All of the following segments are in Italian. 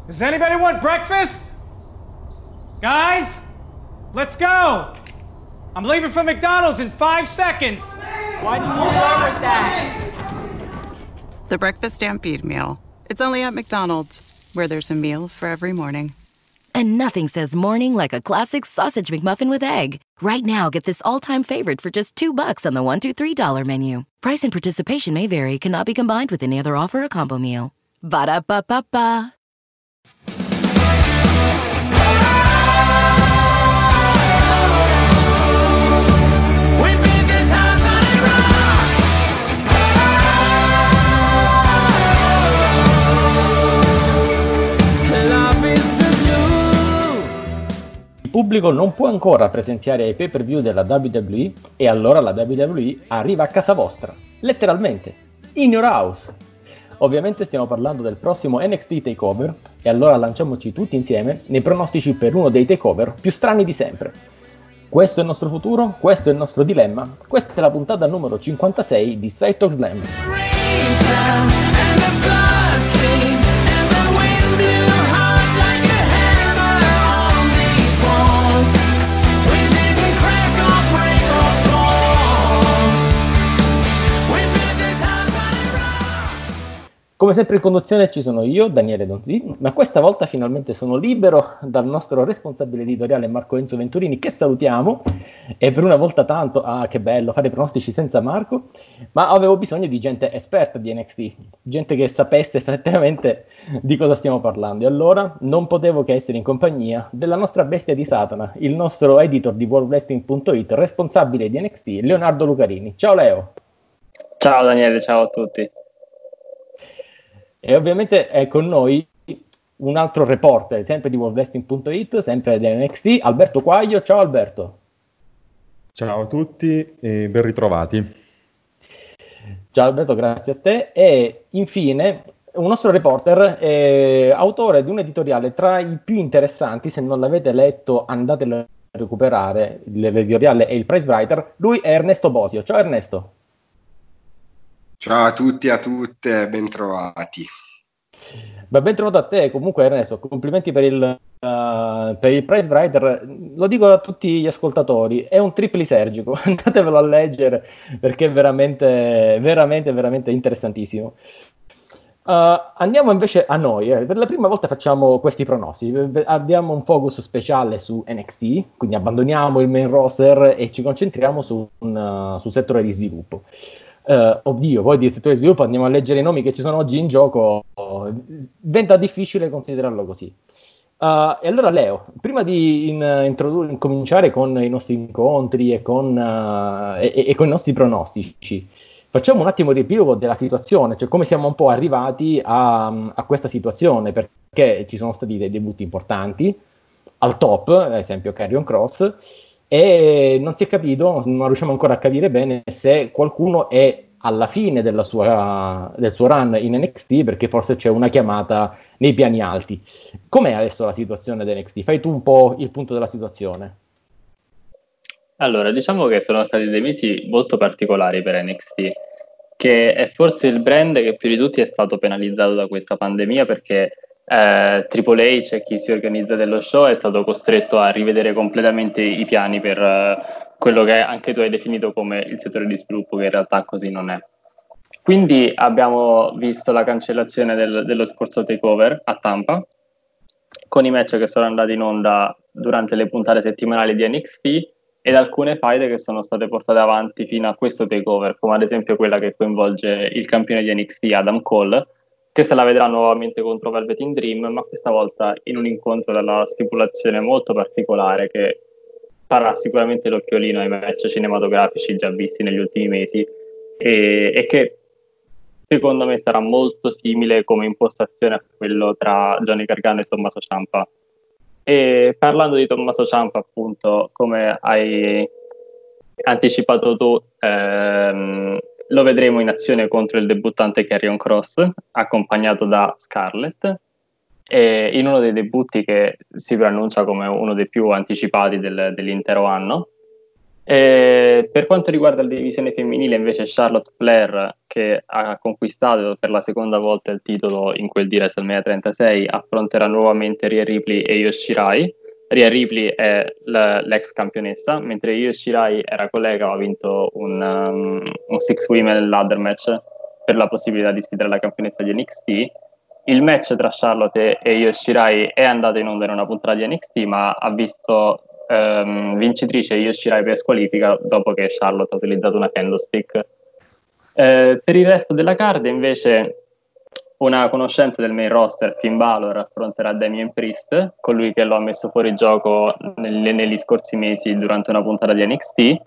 Does anybody want breakfast? Guys, let's go. I'm leaving for McDonald's in 5 seconds. Why did you start with that? The Breakfast Stampede Meal. It's only at McDonald's, where there's a meal for every morning. And nothing says morning like a classic sausage McMuffin with egg. Right now, get this all-time favorite for just $2 on the $1, $2, $3 menu. Price and participation may vary. Cannot be combined with any other offer or combo meal. Ba-da-ba-ba-ba. Il pubblico non può ancora presenziare ai pay-per-view della WWE e allora la WWE arriva a casa vostra, letteralmente, in your house. Ovviamente stiamo parlando del prossimo NXT Takeover e allora lanciamoci tutti insieme nei pronostici per uno dei takeover più strani di sempre. Questo è il nostro futuro, questo è il nostro dilemma, questa è la puntata numero 56 di Side Talk Slam. Come sempre in conduzione ci sono io, Daniele Donzi, ma questa volta finalmente sono libero dal nostro responsabile editoriale Marco Enzo Venturini, che salutiamo, e per una volta tanto, che bello, fare pronostici senza Marco, ma avevo bisogno di gente esperta di NXT, gente che sapesse effettivamente di cosa stiamo parlando, e allora non potevo che essere in compagnia della nostra bestia di Satana, il nostro editor di WorldWrestling.it, responsabile di NXT, Leonardo Lucarini. Ciao Leo! Ciao Daniele, ciao a tutti! E ovviamente è con noi un altro reporter, sempre di WorldWrestling.it, sempre di NXT, Alberto Quaglio. Ciao Alberto. Ciao a tutti e ben ritrovati. Ciao Alberto, grazie a te. E infine un nostro reporter, autore di un editoriale tra i più interessanti, se non l'avete letto andatelo a recuperare, l'editoriale è il Prize Writer, lui è Ernesto Bosio. Ciao Ernesto. Ciao a tutti e a tutte, ben trovati. Ben trovato a te, comunque Ernesto, complimenti per il Prize Writer, lo dico a tutti gli ascoltatori, è un triplisergico, andatevelo a leggere perché è veramente interessantissimo. Andiamo invece a noi, per la prima volta facciamo questi pronostici, abbiamo un focus speciale su NXT, quindi abbandoniamo il main roster e ci concentriamo sul settore di sviluppo. Poi di settore di sviluppo andiamo a leggere i nomi che ci sono oggi in gioco, diventa difficile considerarlo così. E allora Leo, prima di cominciare con i nostri incontri e con i nostri pronostici, facciamo un attimo di riepilogo della situazione, cioè come siamo un po' arrivati a questa situazione, perché ci sono stati dei debutti importanti al top, ad esempio Karrion Kross, e non si è capito, non riusciamo ancora a capire bene se qualcuno è alla fine del suo run in NXT, perché forse c'è una chiamata nei piani alti. Com'è adesso la situazione dell'NXT? Fai tu un po' il punto della situazione. Allora, diciamo che sono stati dei mesi molto particolari per NXT, che è forse il brand che più di tutti è stato penalizzato da questa pandemia, perché Triple H e chi si organizza dello show è stato costretto a rivedere completamente i piani per quello che anche tu hai definito come il settore di sviluppo, che in realtà così non è. Quindi abbiamo visto la cancellazione dello scorso takeover a Tampa, con i match che sono andati in onda durante le puntate settimanali di NXT ed alcune faide che sono state portate avanti fino a questo takeover, come ad esempio quella che coinvolge il campione di NXT Adam Cole, che se la vedrà nuovamente contro Velvet in Dream, ma questa volta in un incontro dalla stipulazione molto particolare che farà sicuramente l'occhiolino ai match cinematografici già visti negli ultimi mesi e che secondo me sarà molto simile come impostazione a quello tra Johnny Gargano e Tommaso Ciampa. E parlando di Tommaso Ciampa, appunto, come hai anticipato tu, lo vedremo in azione contro il debuttante Karrion Kross, accompagnato da Scarlett, e in uno dei debutti che si preannuncia come uno dei più anticipati dell'intero anno. Per quanto riguarda la divisione femminile, invece, Charlotte Flair, che ha conquistato per la seconda volta il titolo in quel di WrestleMania 36, affronterà nuovamente Rhea Ripley e Io Shirai. Rhea Ripley è l'ex campionessa, mentre Io Shirai era collega, ha vinto un Six Women Ladder Match per la possibilità di sfidare la campionessa di NXT. Il match tra Charlotte e Io Shirai è andato in onda in una puntata di NXT, ma ha visto vincitrice Io Shirai per squalifica dopo che Charlotte ha utilizzato una candlestick. Per il resto della card, invece, una conoscenza del main roster, Finn Balor, affronterà Damien Priest, colui che lo ha messo fuori gioco negli scorsi mesi durante una puntata di NXT.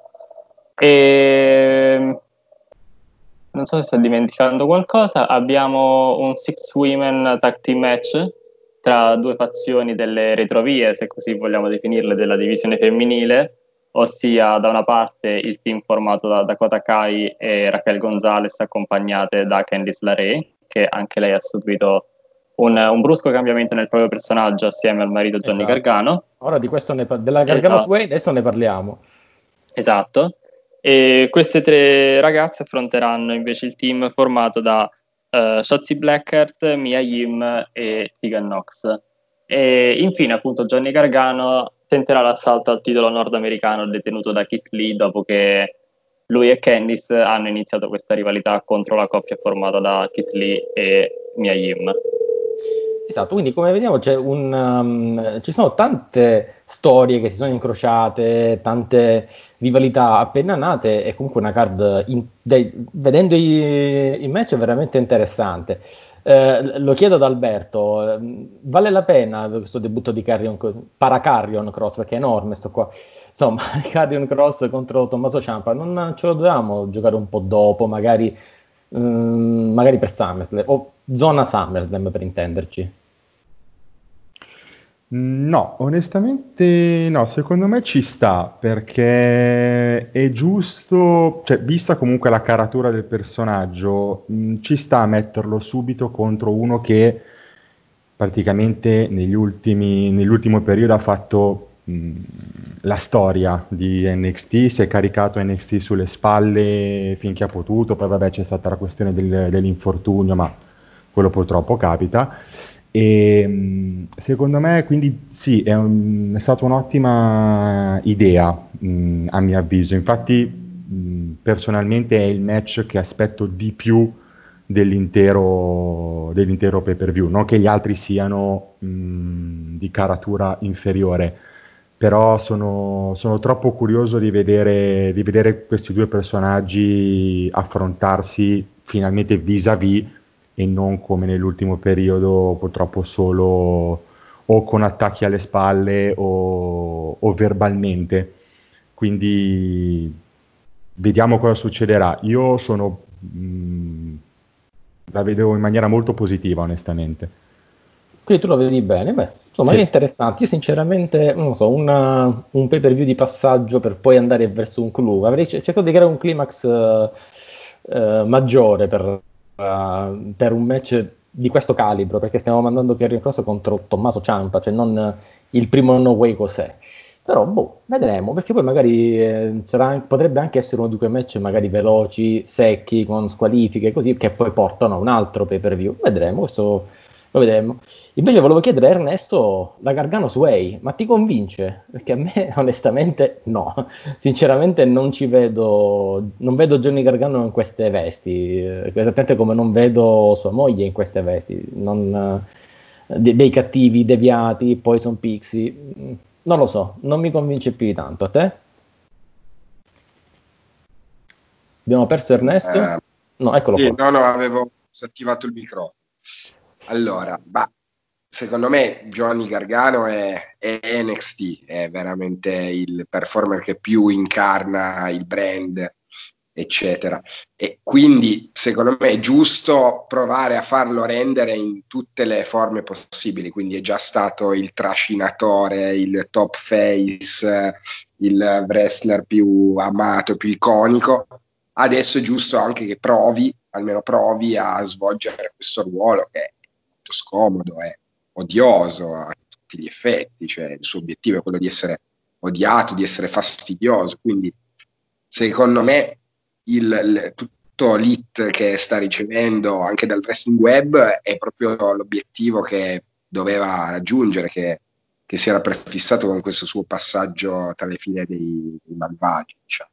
E non so se sto dimenticando qualcosa. Abbiamo un Six Women Tag Team Match tra due fazioni delle retrovie, se così vogliamo definirle, della divisione femminile, ossia da una parte il team formato da Dakota Kai e Raquel Gonzalez, accompagnate da Candice LeRae, che anche lei ha subito un brusco cambiamento nel proprio personaggio assieme al marito Johnny Gargano. Ora di questo della Gargano's Way adesso ne parliamo. Esatto. E queste tre ragazze affronteranno invece il team formato da Shotzi Blackheart, Mia Yim e Tegan Nox. E infine, appunto, Johnny Gargano tenterà l'assalto al titolo nordamericano detenuto da Keith Lee dopo che lui e Candice hanno iniziato questa rivalità contro la coppia formata da Keith Lee e Mia Yim. Esatto, quindi come vediamo ci sono tante storie che si sono incrociate, tante rivalità appena nate e comunque una card, vedendo i match, è veramente interessante. Lo chiedo ad Alberto, vale la pena questo debutto di Carrion Cross, perché è enorme sto qua, insomma, Carrion Cross contro Tommaso Ciampa, non ce lo dovevamo giocare un po' dopo, magari per SummerSlam, o zona SummerSlam per intenderci? No, onestamente no, secondo me ci sta, perché è giusto, cioè vista comunque la caratura del personaggio, ci sta a metterlo subito contro uno che praticamente nell'ultimo periodo ha fatto la storia di NXT, si è caricato NXT sulle spalle finché ha potuto, poi vabbè c'è stata la questione dell'infortunio, ma quello purtroppo capita. E secondo me quindi sì, è stata un'ottima idea, a mio avviso. Infatti personalmente è il match che aspetto di più dell'intero pay per view, non che gli altri siano di caratura inferiore, però sono troppo curioso di vedere questi due personaggi affrontarsi finalmente vis-à-vis e non come nell'ultimo periodo purtroppo solo o con attacchi alle spalle o verbalmente. Quindi vediamo cosa succederà. Io la vedo in maniera molto positiva, onestamente. Quindi tu lo vedi bene? Beh, insomma, Sì. È interessante. Io sinceramente, non lo so, un pay per view di passaggio per poi andare verso un clou. Avrei cercato di creare un climax maggiore per un match di questo calibro, perché stiamo mandando Karrion Kross contro Tommaso Ciampa, cioè non il primo No Way cos'è. Però, vedremo, perché poi magari potrebbe anche essere uno di quei match magari veloci, secchi, con squalifiche, così, che poi portano a un altro pay-per-view. Vedremo, questo lo vedremo. Invece volevo chiedere a Ernesto, la Gargano's Way, ma ti convince? Perché a me, onestamente, no. Sinceramente non vedo Johnny Gargano in queste vesti, esattamente come non vedo sua moglie in queste vesti, dei cattivi, deviati, Poison Pixie. Non lo so, non mi convince più di tanto. A te? Abbiamo perso Ernesto? No, eccolo qua. No, avevo disattivato il microfono. Allora, secondo me Johnny Gargano è NXT, è veramente il performer che più incarna il brand, eccetera. E quindi secondo me è giusto provare a farlo rendere in tutte le forme possibili. Quindi è già stato il trascinatore, il top face, il wrestler più amato, più iconico. Adesso è giusto anche che almeno provi a svolgere questo ruolo che è molto scomodo, è odioso a tutti gli effetti, cioè il suo obiettivo è quello di essere odiato, di essere fastidioso, quindi secondo me tutto l'hit che sta ricevendo anche dal wrestling web è proprio l'obiettivo che doveva raggiungere, che si era prefissato con questo suo passaggio tra le file dei malvagi, diciamo.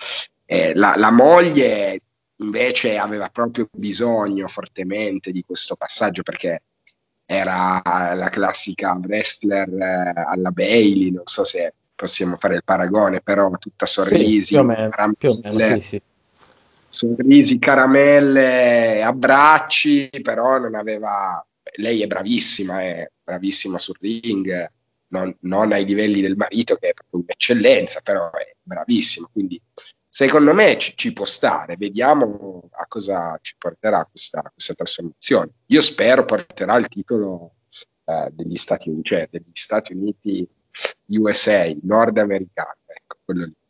La moglie invece aveva proprio bisogno fortemente di questo passaggio, perché era la classica wrestler alla Bayley, non so se possiamo fare il paragone, però tutta sorrisi, sì, più o meno, sì. Sorrisi, caramelle, abbracci, però non aveva... Lei è bravissima sul ring, non ai livelli del marito, che è proprio un'eccellenza, però è bravissima, quindi secondo me ci può stare. Vediamo a cosa ci porterà questa trasformazione. Io spero porterà il titolo degli Stati Uniti, cioè degli Stati Uniti USA, nordamericano, ecco, quello lì.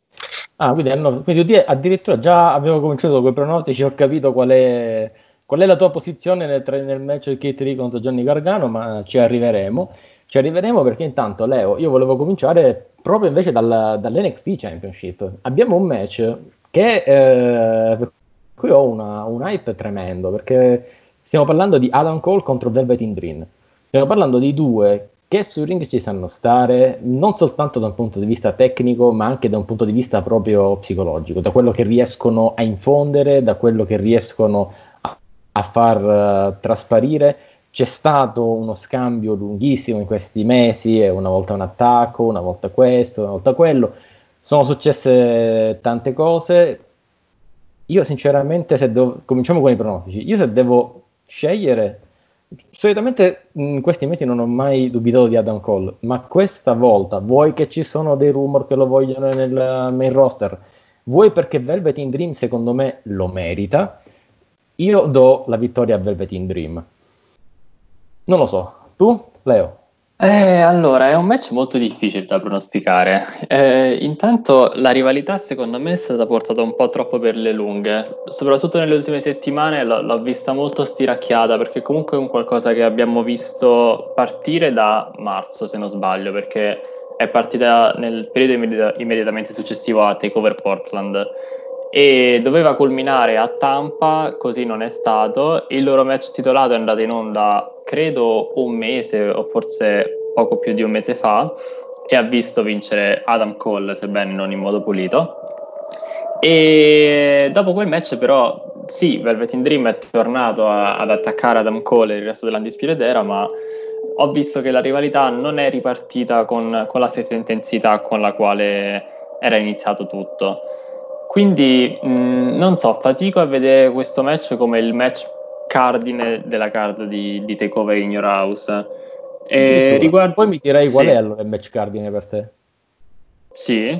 Quindi addirittura già avevo cominciato con i pronostici, ho capito qual è la tua posizione nel match di Keith Lee contro Johnny Gargano, ma ci arriveremo perché intanto, Leo, io volevo cominciare proprio invece dall'NXT Championship. Abbiamo un match che per cui ho un hype tremendo, perché stiamo parlando di Adam Cole contro Velveteen Dream. Stiamo parlando di due che sui ring ci sanno stare, non soltanto da un punto di vista tecnico, ma anche da un punto di vista proprio psicologico, da quello che riescono a infondere, da quello che riescono a far trasparire. C'è stato uno scambio lunghissimo in questi mesi, una volta un attacco, una volta questo, una volta quello. Sono successe tante cose. Io sinceramente, cominciamo con i pronostici, io se devo scegliere, solitamente in questi mesi non ho mai dubitato di Adam Cole, ma questa volta, vuoi che ci sono dei rumor che lo vogliono nel main roster, vuoi perché Velveteen Dream secondo me lo merita, io do la vittoria a Velveteen Dream. Non lo so, tu, Leo? Allora, è un match molto difficile da pronosticare. Intanto la rivalità secondo me è stata portata un po' troppo per le lunghe, soprattutto nelle ultime settimane l'ho vista molto stiracchiata, perché comunque è un qualcosa che abbiamo visto partire da marzo, se non sbaglio, perché è partita nel periodo immediatamente successivo a TakeOver Portland e doveva culminare a Tampa, così non è stato. Il loro match titolato è andato in onda credo un mese o forse poco più di un mese fa e ha visto vincere Adam Cole, sebbene non in modo pulito. E dopo quel match però sì, Velveteen Dream è tornato ad attaccare Adam Cole e il resto dell'Undisputed Era, ma ho visto che la rivalità non è ripartita con la stessa intensità con la quale era iniziato tutto. Quindi non so, fatico a vedere questo match come il match cardine della card di TakeOver in Your House. Poi mi direi qual è allora il match cardine per te? Sì,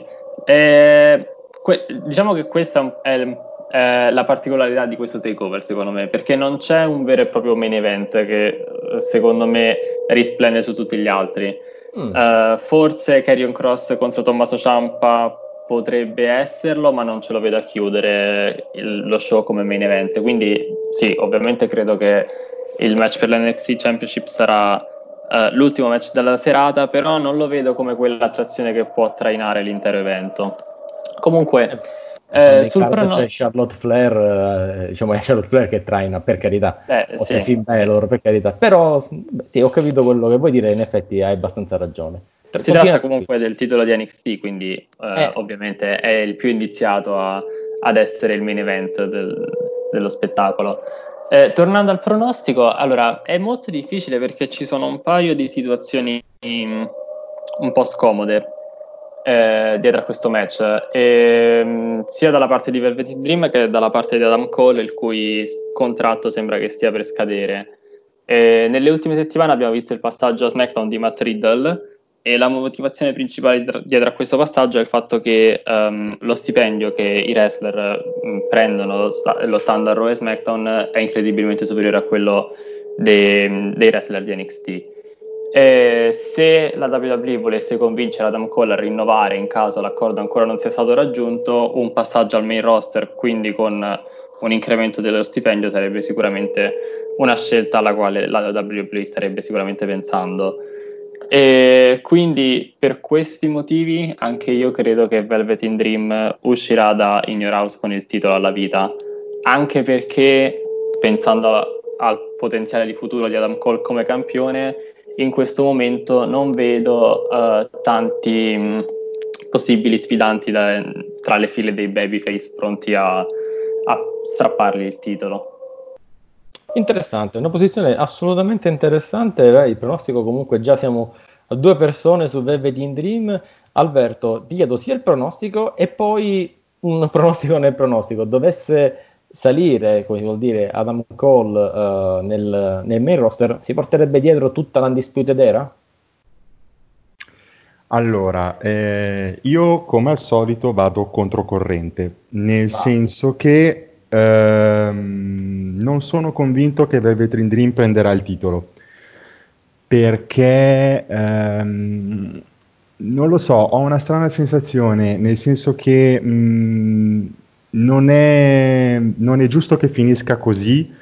diciamo che questa è la particolarità di questo TakeOver, secondo me, perché non c'è un vero e proprio main event che secondo me risplende su tutti gli altri. Forse Karrion Kross contro Tommaso Ciampa potrebbe esserlo, ma non ce lo vedo a chiudere lo show come main event. Quindi sì, ovviamente credo che il match per l'NXT Championship sarà l'ultimo match della serata, però non lo vedo come quell'attrazione che può trainare l'intero evento. Comunque sul c'è Charlotte Flair, diciamo è Charlotte Flair che traina, per carità, o c'è Finn Balor, per carità, però sì, ho capito quello che vuoi dire, in effetti hai abbastanza ragione. Si tratta comunque del titolo di NXT, quindi ovviamente è il più indiziato ad essere il main event dello spettacolo. Tornando al pronostico, allora è molto difficile perché ci sono un paio di situazioni un po' scomode dietro a questo match, sia dalla parte di Velveteen Dream che dalla parte di Adam Cole, il cui contratto sembra che stia per scadere. Nelle ultime settimane abbiamo visto il passaggio a SmackDown di Matt Riddle, e la motivazione principale dietro a questo passaggio è il fatto che lo stipendio che i wrestler prendono lottando a Raw e SmackDown è incredibilmente superiore a quello dei wrestler di NXT. Se la WWE volesse convincere Adam Cole a rinnovare in caso l'accordo ancora non sia stato raggiunto, un passaggio al main roster, quindi con un incremento dello stipendio, sarebbe sicuramente una scelta alla quale la WWE starebbe sicuramente pensando. E quindi per questi motivi anche io credo che Velvet in Dream uscirà da In Your House con il titolo alla vita, anche perché pensando al potenziale di futuro di Adam Cole come campione, in questo momento non vedo tanti possibili sfidanti tra le file dei babyface pronti a strappargli il titolo. Interessante, una posizione assolutamente interessante. Il pronostico, comunque già siamo a 2 persone su Velvet in Dream. Alberto, ti chiedo sia il pronostico e poi un pronostico nel pronostico. Dovesse salire, come si vuol dire, Adam Cole nel main roster, si porterebbe dietro tutta l'Undisputed Era? Allora, io come al solito vado controcorrente, nel senso che non sono convinto che Velvet in Dream prenderà il titolo, perché non lo so, ho una strana sensazione, nel senso che non è giusto che finisca così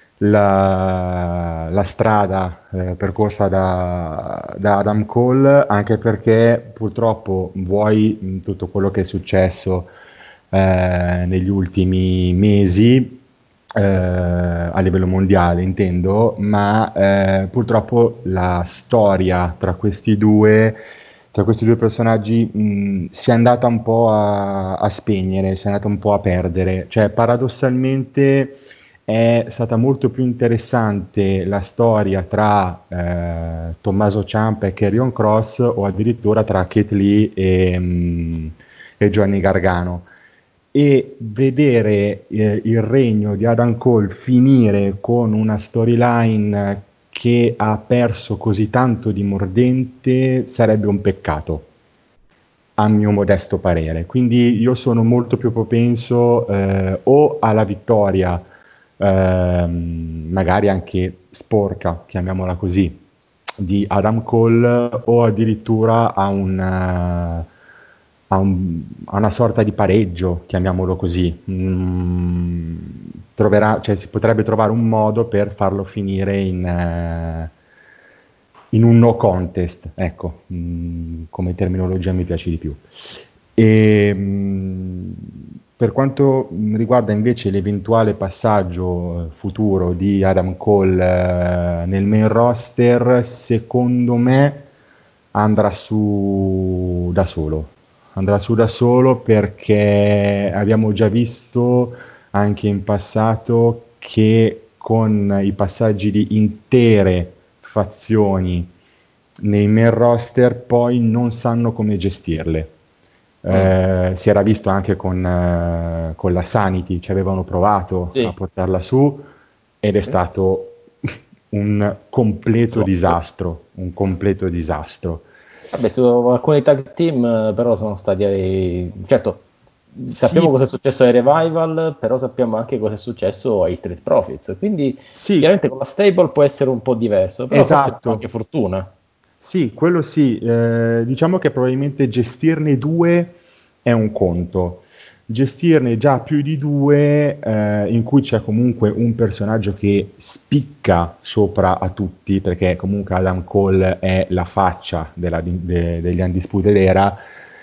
la strada percorsa da Adam Cole, anche perché purtroppo vuoi tutto quello che è successo negli ultimi mesi a livello mondiale intendo, ma purtroppo la storia tra questi due personaggi si è andata un po' a spegnere, si è andata un po' a perdere, cioè paradossalmente è stata molto più interessante la storia tra Tommaso Ciampa e Karrion Kross, o addirittura tra Keith Lee e Johnny Gargano, e vedere il regno di Adam Cole finire con una storyline che ha perso così tanto di mordente sarebbe un peccato, a mio modesto parere. Quindi io sono molto più propenso o alla vittoria, magari anche sporca, chiamiamola così, di Adam Cole, o addirittura a una sorta di pareggio, chiamiamolo così. Si potrebbe trovare un modo per farlo finire in un no contest, ecco, come terminologia mi piace di più. Per quanto riguarda invece l'eventuale passaggio futuro di Adam Cole nel main roster, secondo me andrà su da solo. Andrà su da solo perché abbiamo già visto anche in passato che con i passaggi di intere fazioni nei main roster poi non sanno come gestirle. Si era visto anche con la Sanity, ci avevano provato a portarla su ed è stato un completo disastro. Vabbè, su alcuni tag team però sono stati, certo, sappiamo cosa è successo ai Revival, però sappiamo anche cosa è successo ai Street Profits, quindi chiaramente con la stable può essere un po' diverso, però forse c'è anche fortuna. Sì, quello sì, diciamo che probabilmente gestirne 2 è un conto, gestirne già più di 2 in cui c'è comunque un personaggio che spicca sopra a tutti, perché comunque Adam Cole è la faccia degli Undisputed Era,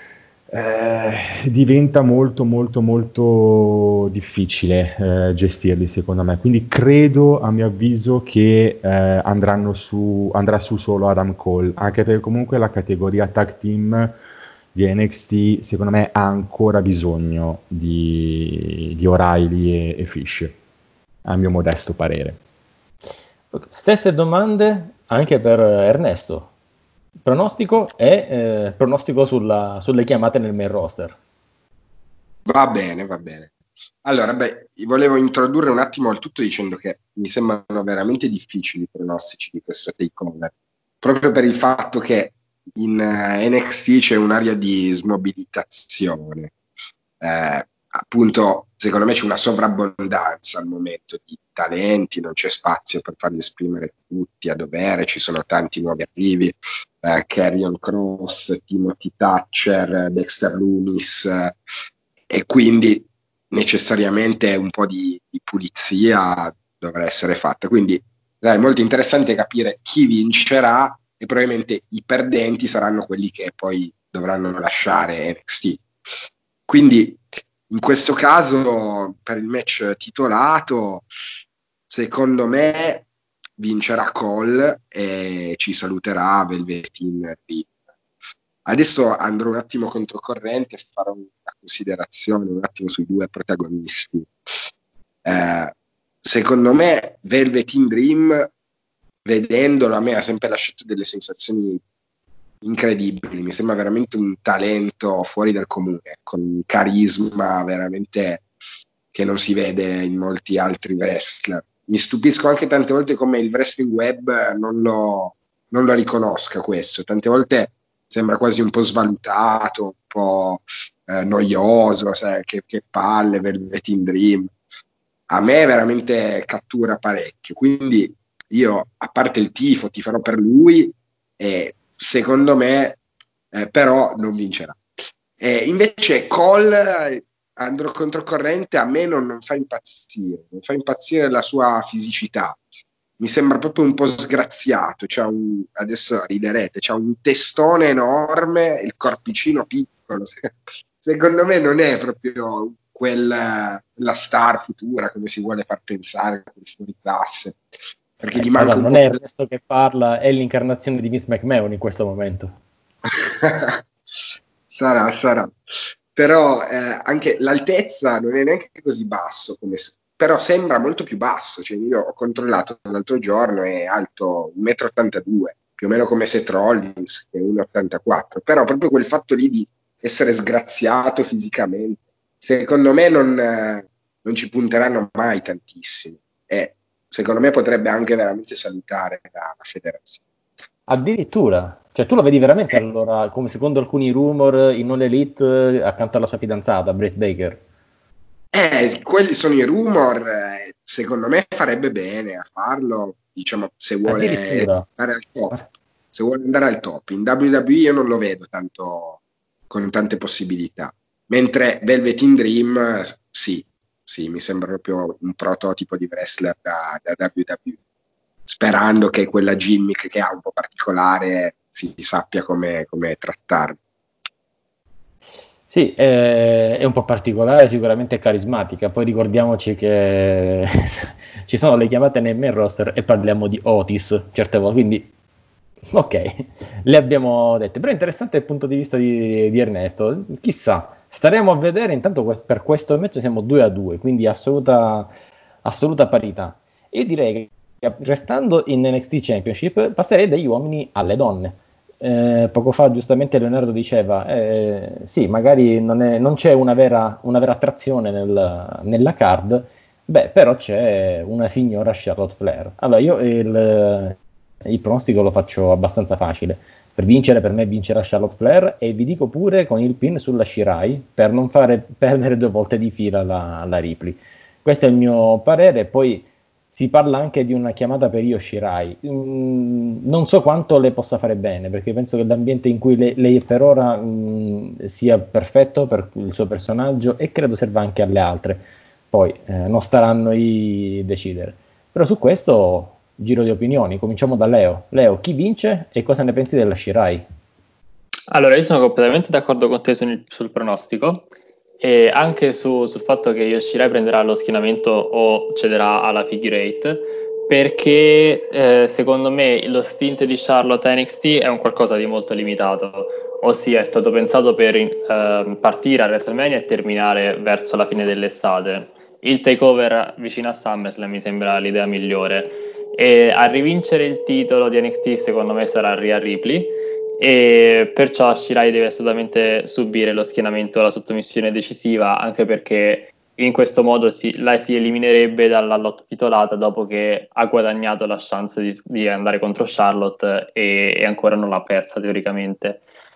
diventa molto molto molto difficile gestirli, secondo me. Quindi credo, a mio avviso, che andrà su solo Adam Cole, anche perché comunque la categoria tag team di NXT secondo me ha ancora bisogno di O'Reilly e Fish, a mio modesto parere. Stesse domande anche per Ernesto. Pronostico e pronostico sulle chiamate nel main roster. Va bene. Allora, volevo introdurre un attimo il tutto dicendo che mi sembrano veramente difficili i pronostici di questo takeover, proprio per il fatto che in NXT c'è un'area di smobilitazione. Appunto, secondo me c'è una sovrabbondanza al momento di talenti, non c'è spazio per farli esprimere tutti a dovere, ci sono tanti nuovi arrivi, Karrion Kross, Timothy Thatcher, Dexter Lumis, e quindi necessariamente un po' di pulizia dovrà essere fatta. Quindi è molto interessante capire chi vincerà e probabilmente i perdenti saranno quelli che poi dovranno lasciare NXT. Quindi in questo caso, per il match titolato, secondo me vincerà Cole e ci saluterà Velveteen Dream. Adesso andrò un attimo controcorrente e farò una considerazione un attimo sui due protagonisti. Secondo me Velveteen Dream, vedendolo, a me ha sempre lasciato delle sensazioni incredibili. Mi sembra veramente un talento fuori dal comune, con un carisma veramente che non si vede in molti altri wrestler. Mi stupisco anche tante volte come il wrestling web non lo riconosca questo. Tante volte sembra quasi un po' svalutato, un po' noioso, sai, che palle, Velveteen Dream. A me veramente cattura parecchio, quindi io, a parte il tifo, tiferò per lui e secondo me però non vincerà. Invece Cole, andrò controcorrente, a me non fa impazzire la sua fisicità. Mi sembra proprio un po' sgraziato, adesso riderete, c'ha un testone enorme, il corpicino piccolo. Secondo me non è proprio la star futura come si vuole far pensare, fuori classe, perché gli manca non è questo che parla, è l'incarnazione di Vince McMahon in questo momento. sarà, però anche l'altezza non è neanche così basso, però sembra molto più basso. Cioè, io ho controllato l'altro giorno, è alto 1,82 m, più o meno come Seth Rollins, che è 1,84 m, però proprio quel fatto lì di essere sgraziato fisicamente, secondo me non ci punteranno mai tantissimo, e secondo me potrebbe anche veramente salutare la federazione. Addirittura, cioè tu lo vedi veramente allora, come secondo alcuni rumor, in All Elite accanto alla sua fidanzata, Britt Baker? Quelli sono i rumor, secondo me farebbe bene a farlo, diciamo, se vuole andare al top. Se vuole andare al top. In WWE io non lo vedo tanto con tante possibilità, mentre Velveteen Dream sì, mi sembra proprio un prototipo di wrestler da WWE, sperando che quella gimmick che ha un po' particolare si sappia come trattarlo. Sì, è un po' particolare, sicuramente carismatica. Poi ricordiamoci che ci sono le chiamate nel main roster e parliamo di Otis certe volte, quindi ok, le abbiamo dette. Però è interessante il punto di vista di Ernesto. Chissà, staremo a vedere. Intanto per questo match siamo 2-2, quindi assoluta parità. Io direi che restando in NXT Championship passerei dagli uomini alle donne. Poco fa giustamente Leonardo diceva sì, magari non c'è una vera attrazione nella card, però c'è una signora Charlotte Flair. Allora io il pronostico lo faccio abbastanza facile. Per vincere, per me vincerà Charlotte Flair, e vi dico pure con il pin sulla Shirai, per non fare perdere 2 volte di fila la Ripley. Questo è il mio parere. Poi si parla anche di una chiamata per Io Shirai. Non so quanto le possa fare bene, perché penso che l'ambiente in cui lei è per ora sia perfetto per il suo personaggio, e credo serva anche alle altre. Poi non starà a noi decidere. Però su questo giro di opinioni, cominciamo da Leo. Leo, chi vince e cosa ne pensi della Shirai? Allora, io sono completamente d'accordo con te sul pronostico, e anche sul fatto che Io Shirai prenderà lo schienamento o cederà alla figure 8, perché secondo me lo stint di Charlotte a NXT è un qualcosa di molto limitato, ossia è stato pensato per partire a WrestleMania e terminare verso la fine dell'estate. Il takeover vicino a SummerSlam mi sembra l'idea migliore, e a rivincere il titolo di NXT secondo me sarà Rhea Ripley, e perciò Shirai deve assolutamente subire lo schienamento, la sottomissione decisiva, anche perché in questo modo la si eliminerebbe dalla lotta titolata dopo che ha guadagnato la chance di andare contro Charlotte e ancora non l'ha persa teoricamente.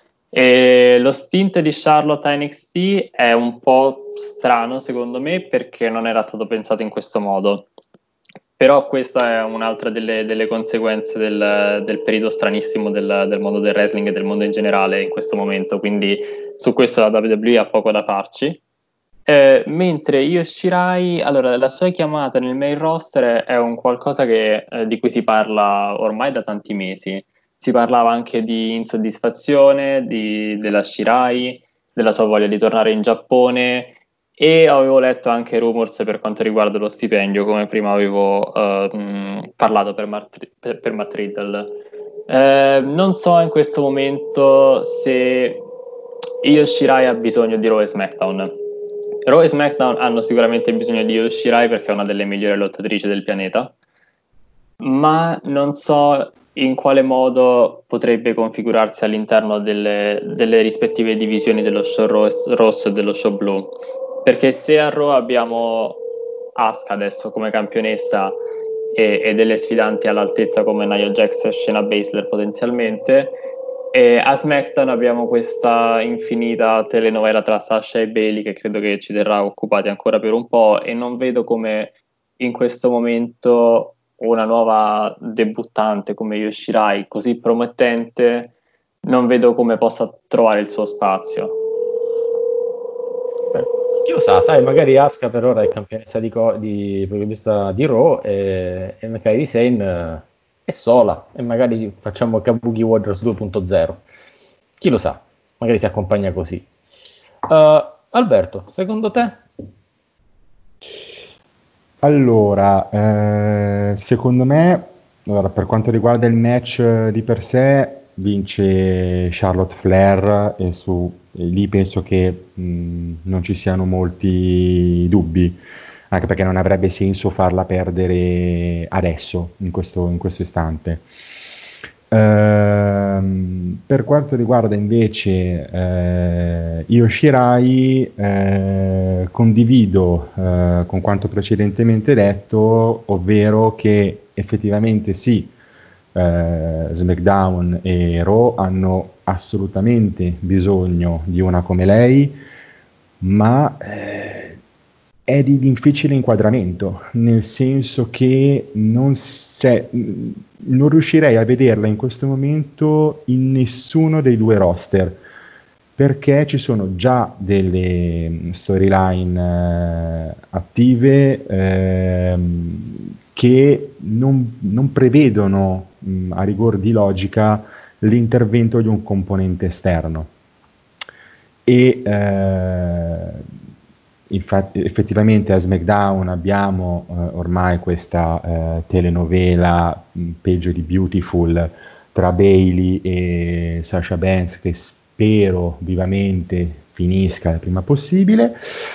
E lo stint di Charlotte a NXT è un po' strano secondo me, perché non era stato pensato in questo modo. Però questa è un'altra delle conseguenze del periodo stranissimo del mondo del wrestling e del mondo in generale in questo momento, quindi su questo la WWE ha poco da farci. Mentre Io Shirai, allora, la sua chiamata nel main roster è un qualcosa di cui si parla ormai da tanti mesi. si parlava anche di insoddisfazione della Shirai, della sua voglia di tornare in Giappone, e avevo letto anche rumors per quanto riguarda lo stipendio, come prima avevo parlato per Matt Riddle. Non so in questo momento se Io Shirai ha bisogno di Raw e SmackDown. Raw e SmackDown hanno sicuramente bisogno di Io Shirai perché è una delle migliori lottatrici del pianeta, ma non so in quale modo potrebbe configurarsi all'interno delle rispettive divisioni dello show rosso e dello show blu, perché se a Raw abbiamo Asuka adesso come campionessa e delle sfidanti all'altezza come Nia Jax e Shayna Baszler potenzialmente, e a SmackDown abbiamo questa infinita telenovela tra Sasha e Bayley che credo che ci terrà occupati ancora per un po', e non vedo come in questo momento una nuova debuttante come Io Shirai, così promettente, non vedo come possa trovare il suo spazio. Chi lo sa, sai, magari Asuka per ora è campionessa di Raw e Kairi Sane è sola, e magari facciamo Kabuki Warriors 2.0. Chi lo sa, magari si accompagna così. Alberto, secondo te? Allora, secondo me, per quanto riguarda il match di per sé, vince Charlotte Flair, e lì penso che non ci siano molti dubbi, anche perché non avrebbe senso farla perdere adesso, in questo istante. Per quanto riguarda invece Io Shirai, condivido con quanto precedentemente detto, ovvero che effettivamente sì, SmackDown e Raw hanno assolutamente bisogno di una come lei, ma è di difficile inquadramento, nel senso che non riuscirei a vederla in questo momento in nessuno dei due roster, perché ci sono già delle storyline attive che non prevedono a rigor di logica l'intervento di un componente esterno, e infatti effettivamente a SmackDown abbiamo ormai questa telenovela peggio di Beautiful tra Bayley e Sasha Banks, che spero vivamente finisca il prima possibile.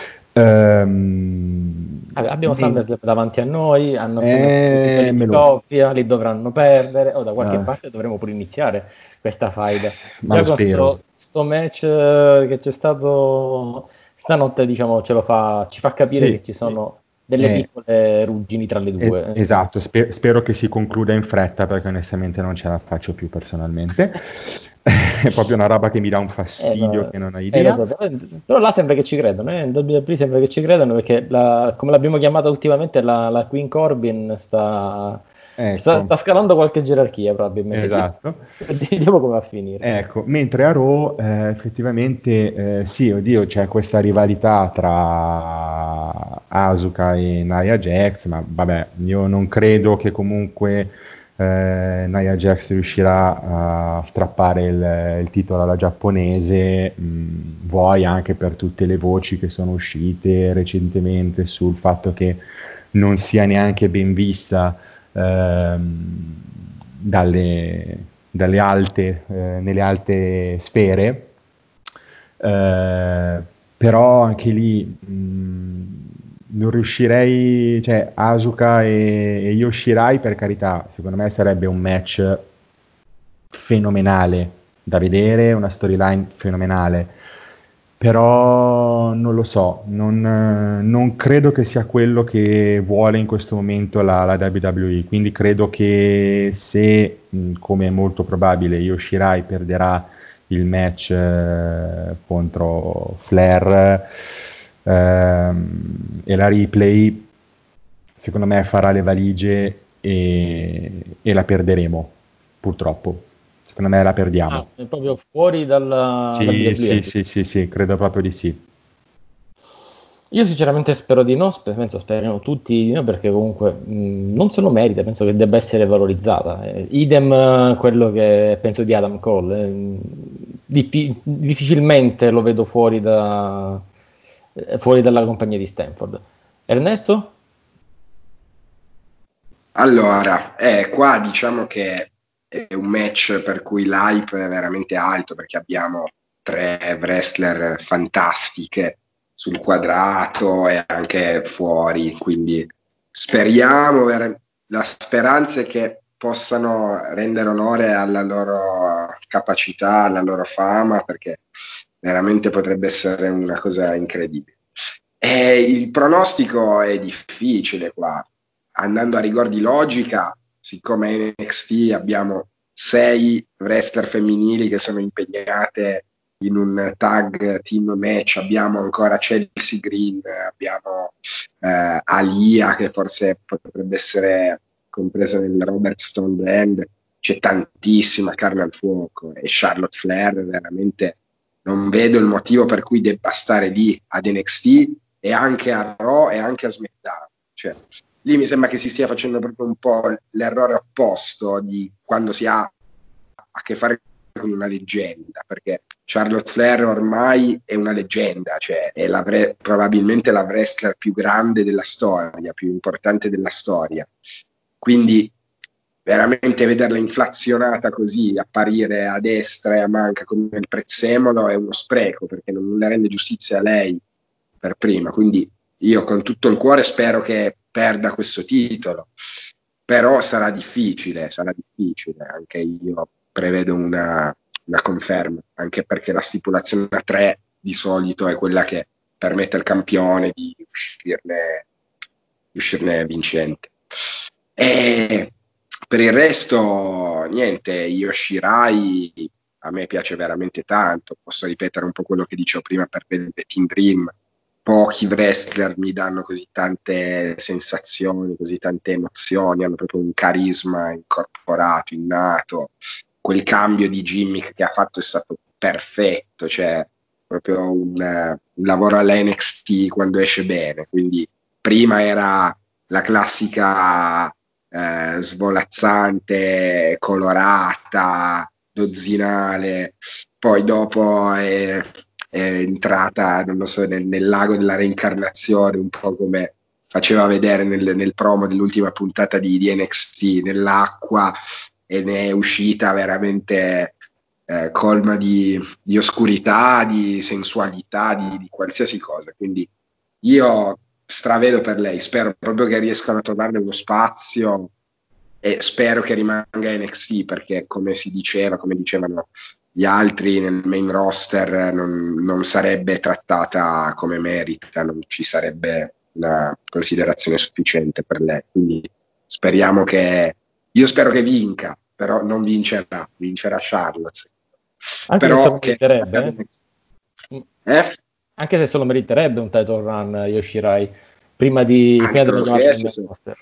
Abbiamo SummerSlam davanti a noi, hanno appena coppia, li dovranno perdere, o da qualche parte dovremo pure iniziare questa faida. Già con sto match che c'è stato stanotte, diciamo, ci fa capire che ci sono delle piccole ruggini tra le due. Esatto, spero che si concluda in fretta, perché onestamente non ce la faccio più personalmente. È proprio una roba che mi dà un fastidio che non hai idea. Lo so, però là sembra che ci credono, in WWE sembra che ci credono, perché come l'abbiamo chiamata ultimamente, la Queen Corbin sta scalando qualche gerarchia probabilmente. Esatto. Vediamo come va a finire. Ecco, mentre a Raw effettivamente sì, oddio, c'è questa rivalità tra Asuka e Nia Jax, ma vabbè, io non credo che comunque Nia Jax riuscirà a strappare il titolo alla giapponese, vuoi anche per tutte le voci che sono uscite recentemente sul fatto che non sia neanche ben vista nelle alte sfere, però anche lì non riuscirei, cioè Asuka e Io Shirai, per carità, secondo me sarebbe un match fenomenale da vedere, una storyline fenomenale, però non lo so, non credo che sia quello che vuole in questo momento la WWE, quindi credo che se, come è molto probabile, Io Shirai perderà il match contro Flair, e la Ripley, secondo me farà le valigie e la perderemo, purtroppo. Secondo me la perdiamo. È proprio fuori dalla sì, credo proprio di sì. Io sinceramente spero di no, speriamo tutti di no, perché comunque non se lo merita, penso che debba essere valorizzata. Idem quello che penso di Adam Cole. Difficilmente lo vedo fuori dalla compagnia di Stanford. Ernesto? Allora, qua diciamo che è un match per cui l'hype è veramente alto, perché abbiamo tre wrestler fantastiche sul quadrato e anche fuori, quindi speriamo, la speranza è che possano rendere onore alla loro capacità, alla loro fama, perché veramente potrebbe essere una cosa incredibile. E il pronostico è difficile qua, andando a rigor di logica, siccome NXT abbiamo 6 wrestler femminili che sono impegnate in un tag team match, abbiamo ancora Chelsea Green, abbiamo Alia che forse potrebbe essere compresa nel Robert Stone brand, c'è tantissima carne al fuoco, e Charlotte Flair veramente non vedo il motivo per cui debba stare lì ad NXT e anche a Raw e anche a SmackDown, cioè lì mi sembra che si stia facendo proprio un po' l'errore opposto di quando si ha a che fare con una leggenda, perché Charlotte Flair ormai è una leggenda, cioè è probabilmente la wrestler più grande della storia, più importante della storia, quindi veramente vederla inflazionata così, apparire a destra e a manca come il prezzemolo è uno spreco, perché non le rende giustizia a lei per prima, quindi io con tutto il cuore spero che perda questo titolo, però sarà difficile, anche io prevedo una conferma, anche perché la stipulazione a 3 di solito è quella che permette al campione di uscirne vincente. E per il resto niente, Io Shirai a me piace veramente tanto, posso ripetere un po' quello che dicevo prima per Velveteen Dream, pochi wrestler mi danno così tante sensazioni, così tante emozioni, hanno proprio un carisma incorporato, innato, quel cambio di gimmick che ha fatto è stato perfetto, cioè proprio un lavoro all'NXT quando esce bene, quindi prima era la classica svolazzante, colorata, dozzinale, poi dopo è entrata, non lo so, nel lago della reincarnazione, un po' come faceva vedere nel promo dell'ultima puntata di NXT, nell'acqua, e ne è uscita veramente colma di oscurità, di sensualità, di qualsiasi cosa. Quindi io stravedo per lei, spero proprio che riescano a trovarne uno spazio e spero che rimanga NXT, perché come dicevano gli altri nel main roster, non sarebbe trattata come merita, non ci sarebbe una considerazione sufficiente per lei, quindi io spero che vinca, però non vincerà Charlotte, Anche però se lo meriterebbe, anche se se lo meriterebbe un title run Yoshirai prima della chiamata del main roster.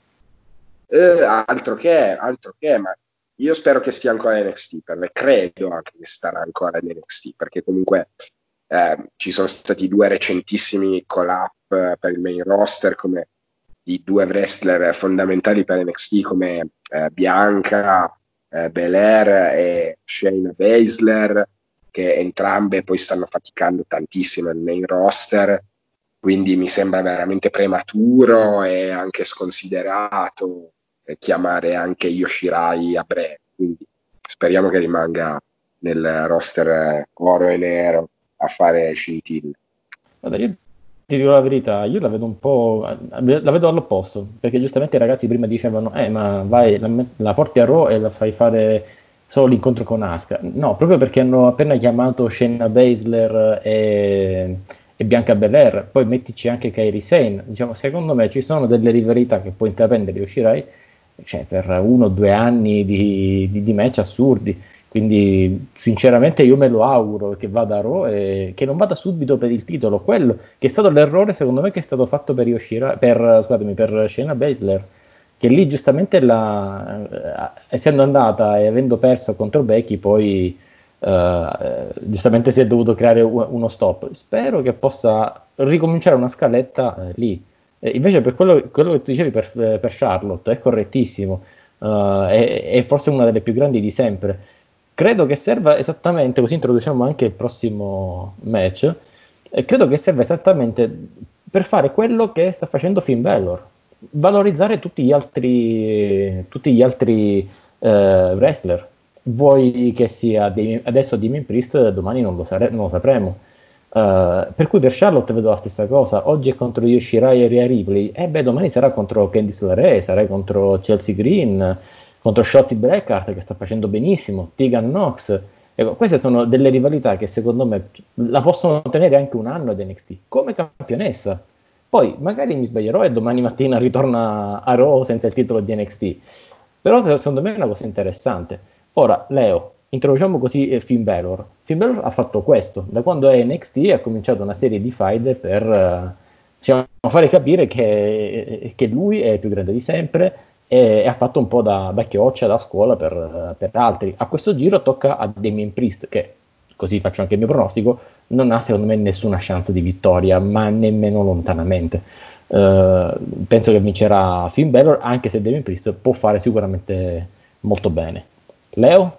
Altro che, ma io spero che stia ancora in NXT, per me credo anche che starà ancora in NXT, perché comunque ci sono stati 2 recentissimi call-up per il main roster come di 2 wrestler fondamentali per NXT come Bianca Belair e Shayna Baszler, che entrambe poi stanno faticando tantissimo nel main roster, quindi mi sembra veramente prematuro e anche sconsiderato chiamare anche Yoshirai a breve, quindi speriamo che rimanga nel roster oro e nero a fare scintille. Guarda, io ti dico la verità, io la vedo un po', la vedo all'opposto, perché giustamente i ragazzi prima dicevano ma vai, la porti a Raw e la fai fare solo l'incontro con Asuka. No, proprio perché hanno appena chiamato Shayna Baszler e Bianca Belair, poi mettici anche Kairi Sane. Diciamo, secondo me ci sono delle rivalità che può intraprendere Yoshirai, cioè per 1 o 2 anni di match assurdi. Quindi sinceramente io me lo auguro che vada a Raw e che non vada subito per il titolo, quello che è stato l'errore secondo me che è stato fatto per per Shayna Baszler, che lì giustamente essendo andata e avendo perso contro Becky poi giustamente si è dovuto creare uno stop. Spero che possa ricominciare una scaletta lì. Invece per quello che tu dicevi per Charlotte è correttissimo, è forse una delle più grandi di sempre. Credo che serva esattamente, così introduciamo anche il prossimo match, credo che serva esattamente per fare quello che sta facendo Finn Balor, valorizzare tutti gli altri wrestler. Vuoi che sia adesso Damien Priest, domani non lo sapremo. Per cui per Charlotte vedo la stessa cosa. Oggi è contro Io Shirai e Rhea Ripley, domani sarà contro Candice LeRae, sarà contro Chelsea Green, contro Shotzi Blackheart che sta facendo benissimo, Tegan Nox. Ecco, queste sono delle rivalità che secondo me la possono tenere anche un anno ad NXT come campionessa. Poi magari mi sbaglierò e domani mattina ritorna a Raw senza il titolo di NXT, però secondo me è una cosa interessante. Ora, Leo, introduciamo così Finn Balor. Finn Balor ha fatto questo, da quando è NXT ha cominciato una serie di fight per fare capire che lui è il più grande di sempre e ha fatto un po' da chioccia, da scuola per altri. A questo giro tocca a Damien Priest, che, così faccio anche il mio pronostico, non ha secondo me nessuna chance di vittoria, ma nemmeno lontanamente. Penso che vincerà Finn Balor, anche se Damien Priest può fare sicuramente molto bene. Leo?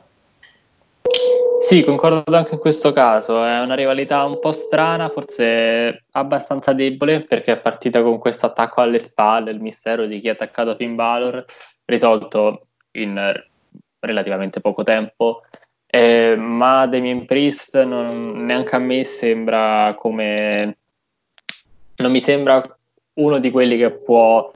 Sì, concordo anche in questo caso, è una rivalità un po' strana, forse abbastanza debole, perché è partita con questo attacco alle spalle, il mistero di chi ha attaccato Finn Balor, risolto in relativamente poco tempo, ma Damien Priest neanche a me sembra non mi sembra uno di quelli che può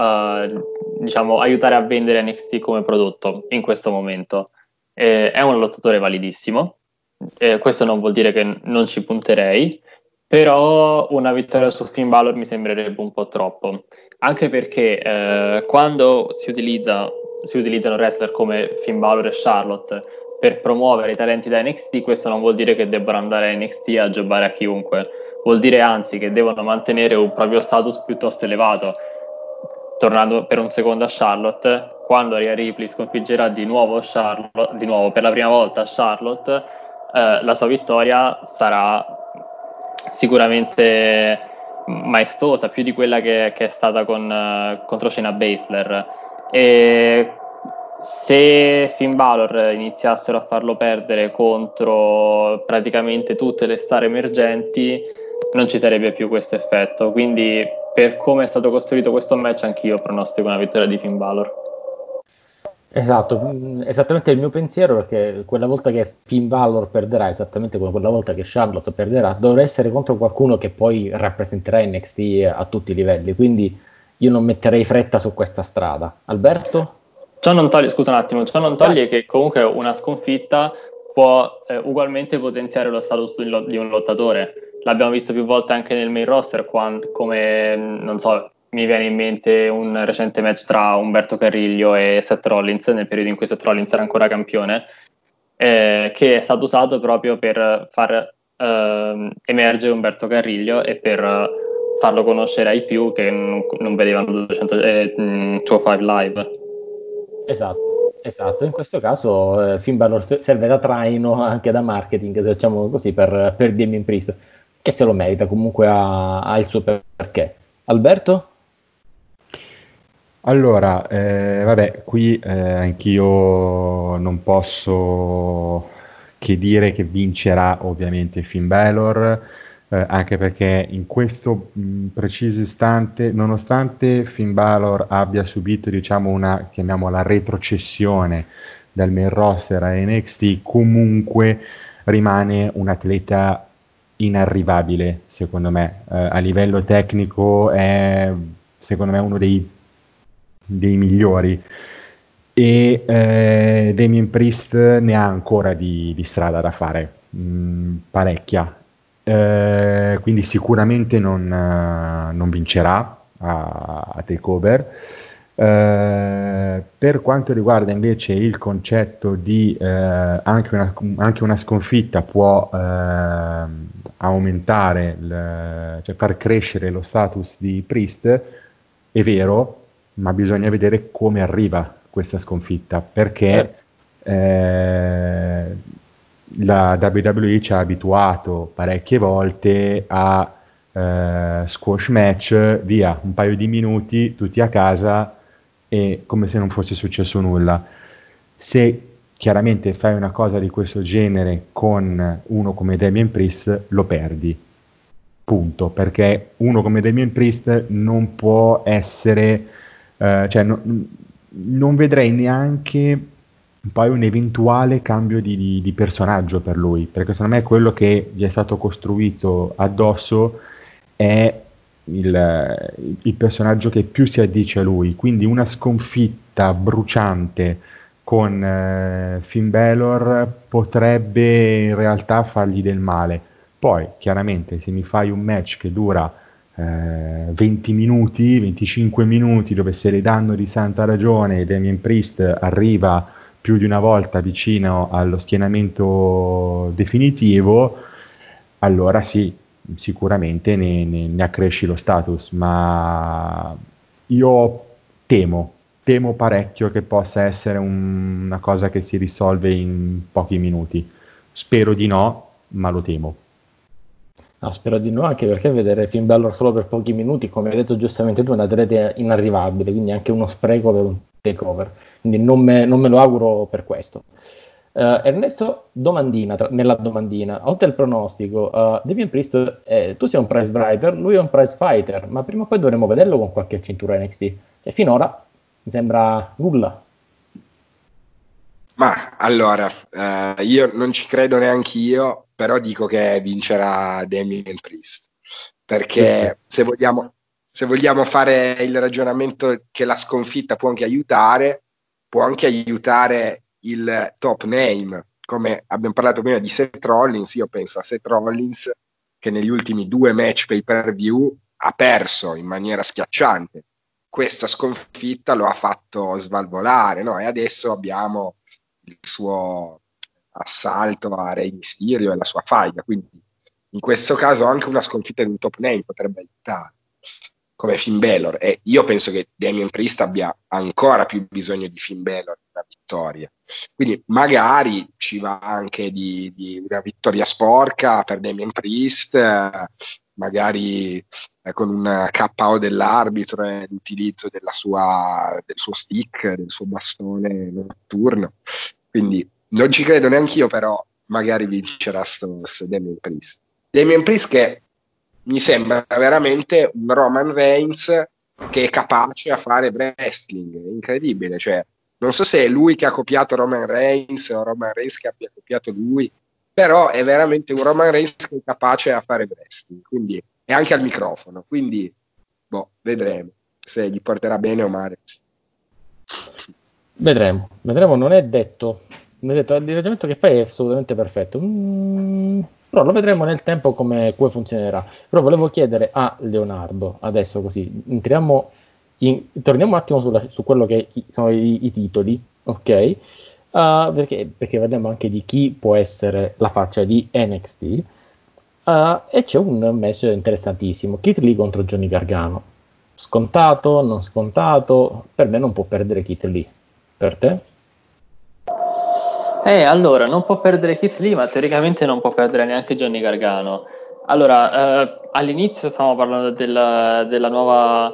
aiutare a vendere NXT come prodotto in questo momento. È un lottatore validissimo, questo non vuol dire che non ci punterei, però una vittoria su Finn Balor mi sembrerebbe un po' troppo, anche perché quando si utilizzano wrestler come Finn Balor e Charlotte per promuovere i talenti da NXT, questo non vuol dire che debbano andare a NXT a jobbare a chiunque, vuol dire anzi che devono mantenere un proprio status piuttosto elevato. Tornando per un secondo a Charlotte, quando Rhea Ripley sconfiggerà di nuovo per la prima volta Charlotte, la sua vittoria sarà sicuramente maestosa, più di quella che è stata contro Shayna Baszler. E se Finn Balor iniziassero a farlo perdere contro praticamente tutte le star emergenti, non ci sarebbe più questo effetto. Quindi, per come è stato costruito questo match, anch'io pronostico una vittoria di Finn Balor. Esatto, esattamente il mio pensiero, perché quella volta che Finn Balor perderà, esattamente come quella volta che Charlotte perderà, dovrà essere contro qualcuno che poi rappresenterà NXT a tutti i livelli, quindi io non metterei fretta su questa strada. Alberto? Ciò non toglie che comunque una sconfitta può ugualmente potenziare lo status di un lottatore. L'abbiamo visto più volte anche nel main roster, come, non so, mi viene in mente un recente match tra Umberto Carrillo e Seth Rollins, nel periodo in cui Seth Rollins era ancora campione, che è stato usato proprio per far emergere Umberto Carrillo e per farlo conoscere ai più che non vedevano 205 Live. Esatto, in questo caso Finn Balor serve da traino, anche da marketing, diciamo così, per Damien Priest, che se lo merita, comunque ha il suo perché. Alberto? Allora, qui anch'io non posso che dire che vincerà ovviamente Finn Balor, anche perché in questo preciso istante, nonostante Finn Balor abbia subito, diciamo, una, chiamiamola, retrocessione dal main roster a NXT, comunque rimane un atleta inarrivabile, secondo me. A livello tecnico è, secondo me, uno dei migliori, e Damien Priest ne ha ancora di strada da fare, parecchia. Quindi sicuramente non vincerà a TakeOver. Per quanto riguarda invece il concetto di anche una sconfitta può aumentare, cioè far crescere lo status di Priest, è vero, ma bisogna vedere come arriva questa sconfitta, perché la WWE ci ha abituato parecchie volte a squash match, via, un paio di minuti, tutti a casa e come se non fosse successo nulla. Se chiaramente fai una cosa di questo genere con uno come Damien Priest, lo perdi. Punto, perché uno come Damien Priest non può essere, non vedrei neanche poi un eventuale cambio di personaggio per lui, perché secondo me quello che gli è stato costruito addosso è il personaggio che più si addice a lui, quindi una sconfitta bruciante con Finn Balor potrebbe in realtà fargli del male. Poi chiaramente se mi fai un match che dura 20 minuti, 25 minuti, dove se le danno di santa ragione, Damien Priest arriva più di una volta vicino allo schienamento definitivo, allora sì, sicuramente ne accresci lo status, ma io temo parecchio che possa essere una cosa che si risolve in pochi minuti. Spero di no, ma lo temo. No, spero di no, anche perché vedere Finn Balor solo per pochi minuti, come hai detto giustamente tu, è un atleta inarrivabile, quindi anche uno spreco per un takeover, quindi non me lo auguro per questo. Ernesto, domandina, nella domandina, oltre al pronostico, Damien Priest, tu sei un prize writer, lui è un prize fighter, ma prima o poi dovremo vederlo con qualche cintura NXT. Cioè, finora mi sembra nulla. Ma allora, io non ci credo neanche io, però dico che vincerà Damien Priest, perché se vogliamo fare il ragionamento che la sconfitta può anche aiutare il top name, come abbiamo parlato prima di Seth Rollins. Io penso a Seth Rollins che negli ultimi 2 match pay per view ha perso in maniera schiacciante. Questa sconfitta lo ha fatto svalvolare, no? E adesso abbiamo il suo assalto a Rey Mysterio e la sua faida, quindi in questo caso anche una sconfitta di un top name potrebbe aiutare, come Finn Balor, e io penso che Damien Priest abbia ancora più bisogno di Finn Balor per una vittoria, quindi magari ci va anche di una vittoria sporca per Damien Priest, magari con un KO dell'arbitro e l'utilizzo del suo stick, del suo bastone notturno. Quindi non ci credo neanche io, però magari vincerà sto Damien Priest. Damien Priest che mi sembra veramente un Roman Reigns che è capace a fare wrestling, è incredibile, cioè non so se è lui che ha copiato Roman Reigns o Roman Reigns che abbia copiato lui, però è veramente un Roman Reigns che è capace a fare wrestling, quindi e anche al microfono, quindi vedremo se gli porterà bene o male. Vedremo, non è detto. Il ragionamento che fai è assolutamente perfetto, però lo vedremo nel tempo come funzionerà. Però volevo chiedere a Leonardo, adesso così, torniamo un attimo su quello che sono i titoli, ok? Perché vediamo anche di chi può essere la faccia di NXT. E c'è un match interessantissimo, Keith Lee contro Johnny Gargano. Scontato, non scontato? Per me non può perdere Keith Lee. Per te? Allora, non può perdere Keith Lee, ma teoricamente non può perdere neanche Johnny Gargano. Allora, all'inizio stavamo parlando della nuova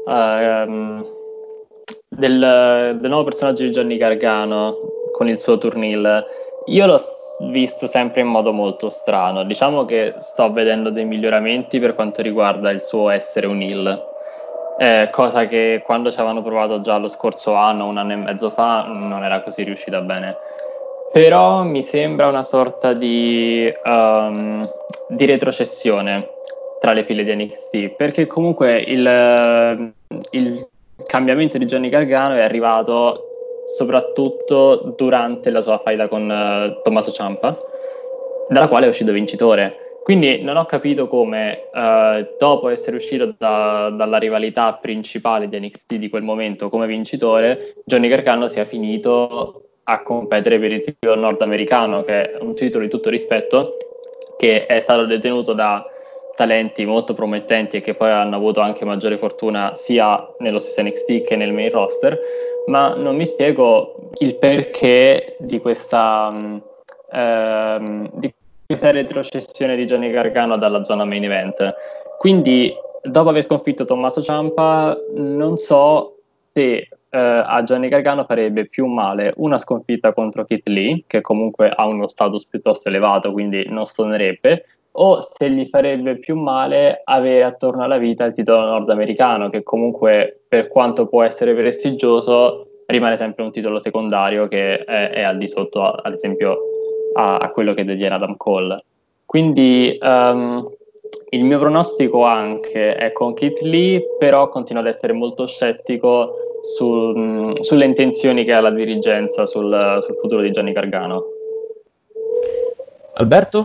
del nuovo personaggio di Johnny Gargano con il suo turnil. Io l'ho visto sempre in modo molto strano. Diciamo che sto vedendo dei miglioramenti per quanto riguarda il suo essere un heel, cosa che quando ci avevano provato già lo scorso anno, 1 anno e mezzo fa, non era così riuscita bene. Però mi sembra una sorta di retrocessione tra le file di NXT, perché comunque il cambiamento di Johnny Gargano è arrivato soprattutto durante la sua faida con Tommaso Ciampa, dalla quale è uscito vincitore. Quindi non ho capito come dopo essere uscito dalla rivalità principale di NXT di quel momento come vincitore, Johnny Gargano sia finito a competere per il titolo nordamericano, che è un titolo di tutto rispetto, che è stato detenuto da talenti molto promettenti e che poi hanno avuto anche maggiore fortuna sia nello stesso NXT che nel main roster, ma non mi spiego il perché di questa retrocessione di Johnny Gargano dalla zona main event. Quindi, dopo aver sconfitto Tommaso Ciampa, non so se a Johnny Gargano farebbe più male una sconfitta contro Keith Lee, che comunque ha uno status piuttosto elevato, quindi non stonerebbe, o se gli farebbe più male avere attorno alla vita il titolo nordamericano, che comunque, per quanto può essere prestigioso, rimane sempre un titolo secondario che è al di sotto, ad esempio, a quello che detiene Adam Cole. Quindi il mio pronostico anche è con Keith Lee, però continuo ad essere molto scettico sulle intenzioni che ha la dirigenza sul futuro di Johnny Gargano. Alberto?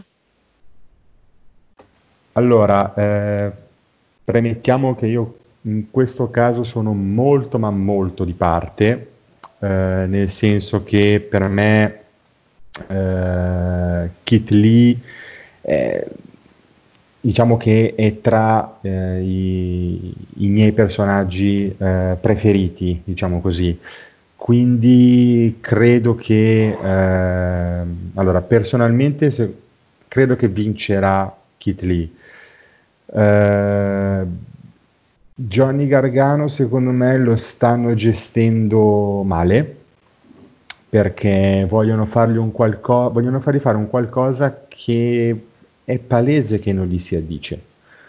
Allora, premettiamo che io in questo caso sono molto ma molto di parte, nel senso che per me Keith Lee diciamo che è tra i miei personaggi preferiti, diciamo così. Quindi credo che allora personalmente credo che vincerà Keith Lee. Johnny Gargano secondo me lo stanno gestendo male, perché vogliono fargli fare un qualcosa che è palese che non gli si addice.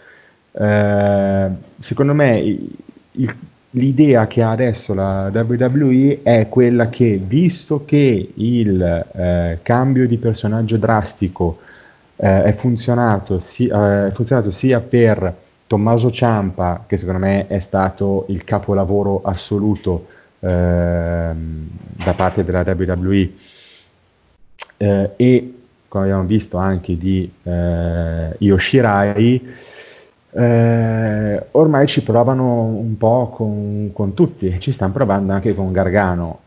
Secondo me l'idea che ha adesso la WWE è quella che, visto che il cambio di personaggio drastico è funzionato sia per Tommaso Ciampa, che secondo me è stato il capolavoro assoluto da parte della WWE, e come abbiamo visto anche di Io Shirai, ormai ci provano un po' con tutti, ci stanno provando anche con Gargano.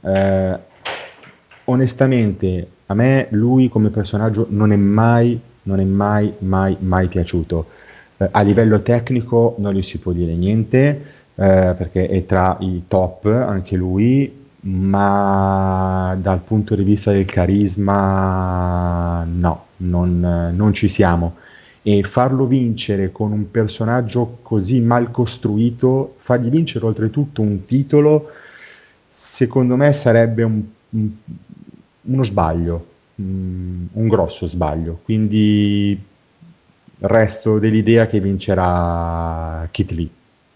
Onestamente a me lui come personaggio non è mai piaciuto. A livello tecnico non gli si può dire niente, perché è tra i top anche lui, ma dal punto di vista del carisma no, non ci siamo. E farlo vincere con un personaggio così mal costruito, fargli vincere oltretutto un titolo, secondo me sarebbe uno sbaglio, un grosso sbaglio. Quindi resto dell'idea che vincerà Keith Lee.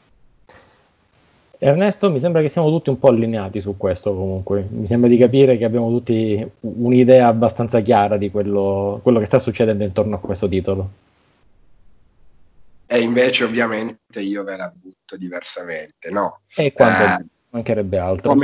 Ernesto, mi sembra che siamo tutti un po' allineati su questo comunque. Mi sembra di capire che abbiamo tutti un'idea abbastanza chiara di quello che sta succedendo intorno a questo titolo. E invece ovviamente io ve la butto diversamente, no? E quando mancherebbe altro.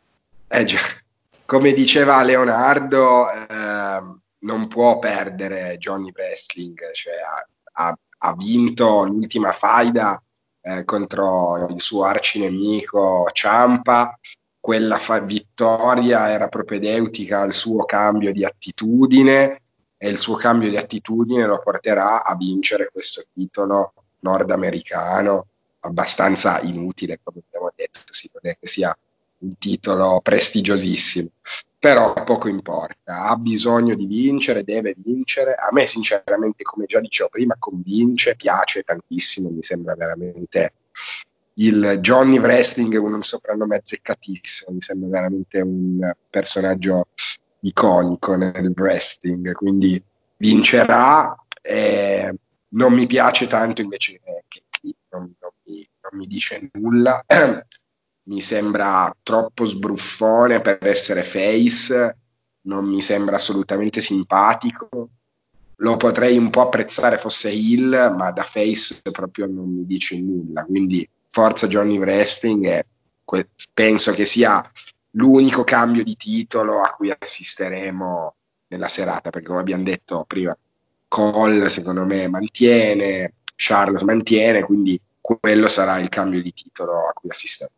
Come diceva Leonardo, non può perdere Johnny Wrestling, cioè ha vinto l'ultima faida contro il suo arcinemico Ciampa. Quella vittoria era propedeutica al suo cambio di attitudine, e il suo cambio di attitudine lo porterà a vincere questo titolo nordamericano abbastanza inutile, come abbiamo detto, non è che sia un titolo prestigiosissimo, però poco importa, ha bisogno di vincere, deve vincere. A me sinceramente, come già dicevo prima, convince, piace tantissimo, mi sembra veramente il Johnny Wrestling, un soprannome azzeccatissimo, mi sembra veramente un personaggio iconico nel wrestling, quindi vincerà. Non mi piace tanto invece che non mi dice nulla. Mi sembra troppo sbruffone per essere face, non mi sembra assolutamente simpatico. Lo potrei un po' apprezzare fosse heel, ma da face proprio non mi dice nulla. Quindi forza Johnny Wrestling, e penso che sia l'unico cambio di titolo a cui assisteremo nella serata, perché come abbiamo detto prima, Cole secondo me mantiene, Charlotte mantiene, quindi quello sarà il cambio di titolo a cui assisteremo.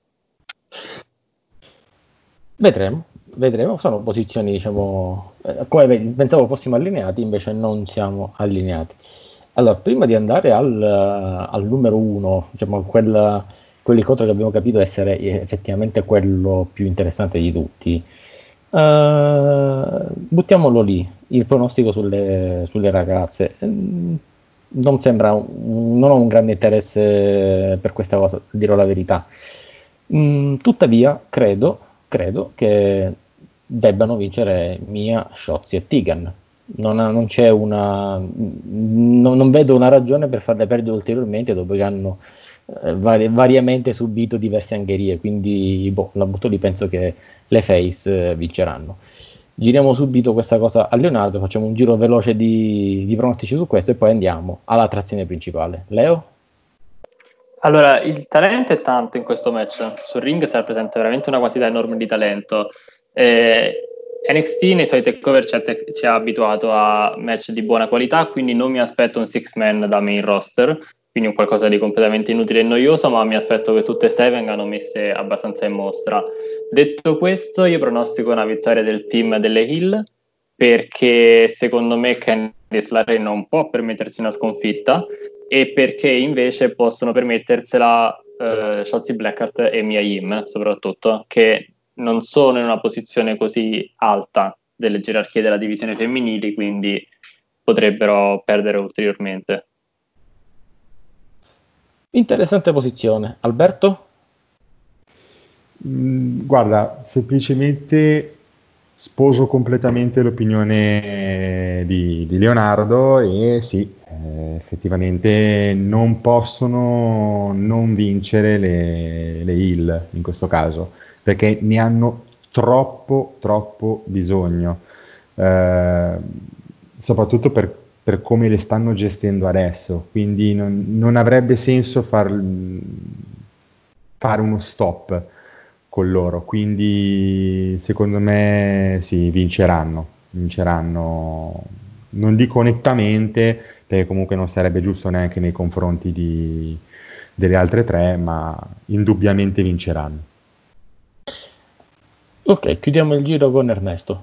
Vedremo, sono posizioni, diciamo, come pensavo fossimo allineati, invece non siamo allineati. Allora, prima di andare al numero uno, diciamo, quell'incontro che abbiamo capito essere effettivamente quello più interessante di tutti, buttiamolo lì, il pronostico sulle ragazze. non ho un grande interesse per questa cosa, dirò la verità. Tuttavia, credo che debbano vincere Mia, Shotzi e Tegan. Non c'è non vedo una ragione per farle perdere ulteriormente dopo che hanno variamente subito diverse angherie, quindi la butto lì, penso che le face vinceranno. Giriamo subito questa cosa a Leonardo, facciamo un giro veloce di pronostici su questo e poi andiamo alla trazione principale. Leo? Allora, il talento è tanto in questo match. Sul ring si rappresenta veramente una quantità enorme di talento. NXT nei suoi takeover ci ha abituato a match di buona qualità, quindi non mi aspetto un six man da main roster, quindi un qualcosa di completamente inutile e noioso, ma mi aspetto che tutte e sei vengano messe abbastanza in mostra. Detto questo, io pronostico una vittoria del team delle Hill, perché secondo me Candice LeRae non può permettersi una sconfitta, e perché invece possono permettersela Shotzi Blackheart e Mia Yim, soprattutto, che non sono in una posizione così alta delle gerarchie della divisione femminili, quindi potrebbero perdere ulteriormente. Interessante posizione. Alberto? Guarda, semplicemente sposo completamente l'opinione di Leonardo e sì, effettivamente non possono non vincere le Hill in questo caso, perché ne hanno troppo bisogno, soprattutto per come le stanno gestendo adesso, quindi non avrebbe senso fare uno stop con loro, quindi secondo me sì, vinceranno, non dico nettamente, perché comunque non sarebbe giusto neanche nei confronti delle altre tre, ma indubbiamente vinceranno. Ok, chiudiamo il giro con Ernesto.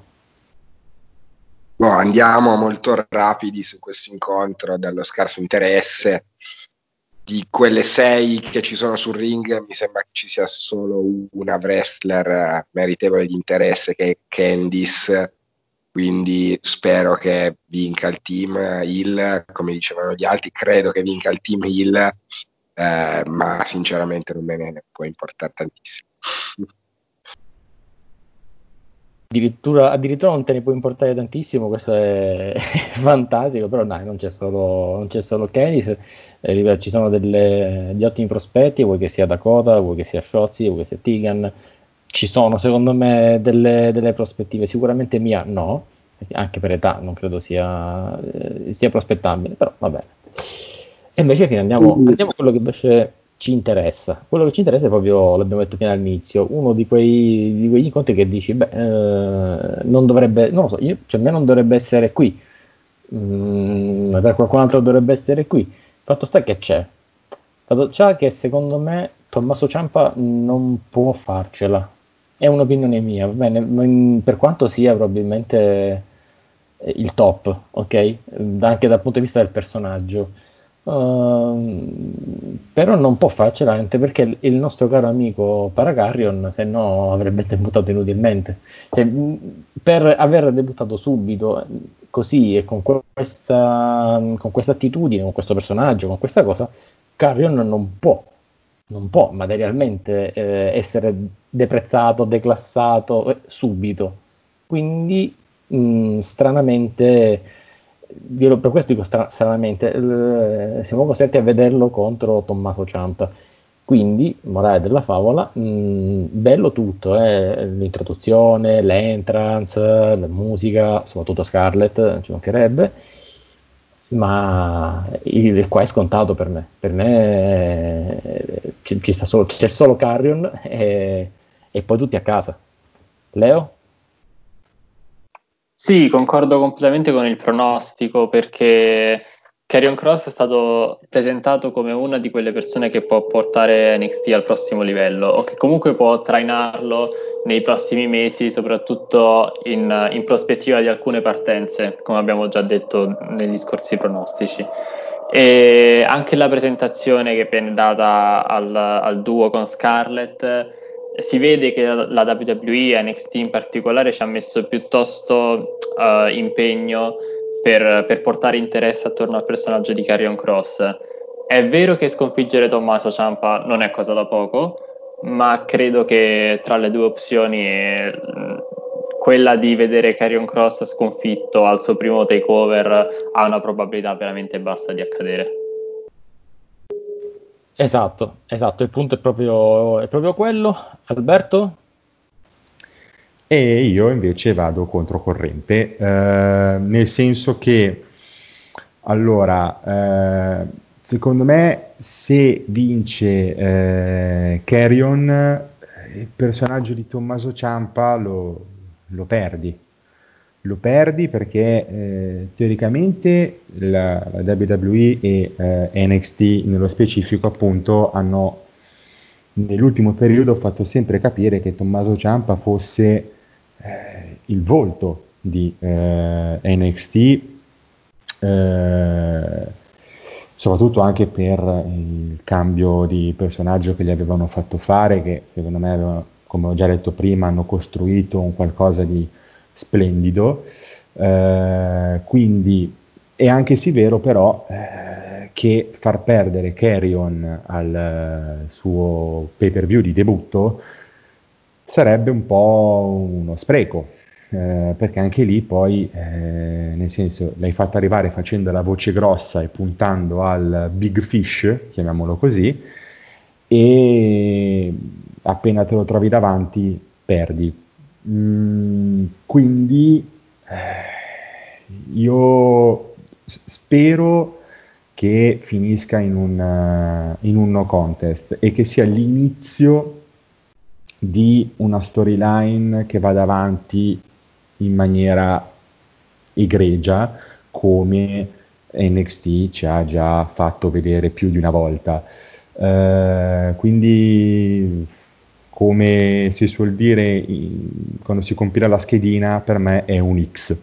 Andiamo molto rapidi su questo incontro, dallo scarso interesse. Di quelle 6 che ci sono sul ring, mi sembra che ci sia solo una wrestler meritevole di interesse, che è Candice, quindi spero che vinca il team Hill, come dicevano gli altri, credo che vinca il team Hill, ma sinceramente non me ne può importare tantissimo. Addirittura non te ne può importare tantissimo, questo è fantastico, però dai, non c'è solo Candice, ci sono degli ottimi prospetti, vuoi che sia Dakota, vuoi che sia Shotzi, vuoi che sia Tegan, ci sono secondo me delle prospettive, sicuramente Mia no, anche per età non credo sia prospettabile, però va bene. E invece andiamo a quello che invece ci interessa. Quello che ci interessa è proprio, l'abbiamo detto fino all'inizio, uno di quegli incontri che dici, non dovrebbe, non lo so, a me non dovrebbe essere qui, per qualcun altro dovrebbe essere qui. Fatto sta che c'è. Fatto sta che secondo me Tommaso Ciampa non può farcela. È un'opinione mia, va bene, per quanto sia probabilmente il top, ok? Anche dal punto di vista del personaggio. Però non può farcela anche perché il nostro caro amico Paracarrion, se no avrebbe debuttato inutilmente, cioè, per aver debuttato subito così e con questa attitudine, con questo personaggio, con questa cosa, Carrion non può materialmente essere deprezzato, declassato subito, quindi stranamente, per questo dico stranamente, siamo costretti a vederlo contro Tommaso Ciampa. Quindi, morale della favola, bello tutto, l'introduzione, l'entrance, la musica, soprattutto Scarlett, ci mancherebbe, ma qua è scontato per me. Per me c'è solo Carrion e poi tutti a casa. Leo? Sì, concordo completamente con il pronostico, perché Karrion Kross è stato presentato come una di quelle persone che può portare NXT al prossimo livello, o che comunque può trainarlo nei prossimi mesi, soprattutto in prospettiva di alcune partenze, come abbiamo già detto negli scorsi pronostici. E anche la presentazione che viene data al duo con Scarlett, si vede che la WWE, NXT in particolare, ci ha messo piuttosto impegno per portare interesse attorno al personaggio di Karrion Kross. È vero che sconfiggere Tommaso Ciampa non è cosa da poco, ma credo che tra le due opzioni quella di vedere Karrion Kross sconfitto al suo primo takeover ha una probabilità veramente bassa di accadere. Esatto, il punto è proprio quello. Alberto? E io invece vado controcorrente, nel senso che, allora, secondo me se vince Karrion, il personaggio di Tommaso Ciampa lo perdi. Lo perdi perché teoricamente la WWE e NXT nello specifico appunto hanno nell'ultimo periodo fatto sempre capire che Tommaso Ciampa fosse il volto di NXT, soprattutto anche per il cambio di personaggio che gli avevano fatto fare, che secondo me, come ho già detto prima, hanno costruito un qualcosa di splendido. Quindi è anche sì vero però che far perdere Karrion al suo pay-per-view di debutto sarebbe un po' uno spreco, perché anche lì poi, nel senso, l'hai fatta arrivare facendo la voce grossa e puntando al big fish, chiamiamolo così, e appena te lo trovi davanti perdi. Quindi io spero che finisca in un no contest e che sia l'inizio di una storyline che vada avanti in maniera egregia, come NXT ci ha già fatto vedere più di una volta. Quindi, come si suol dire quando si compila la schedina, per me è un X.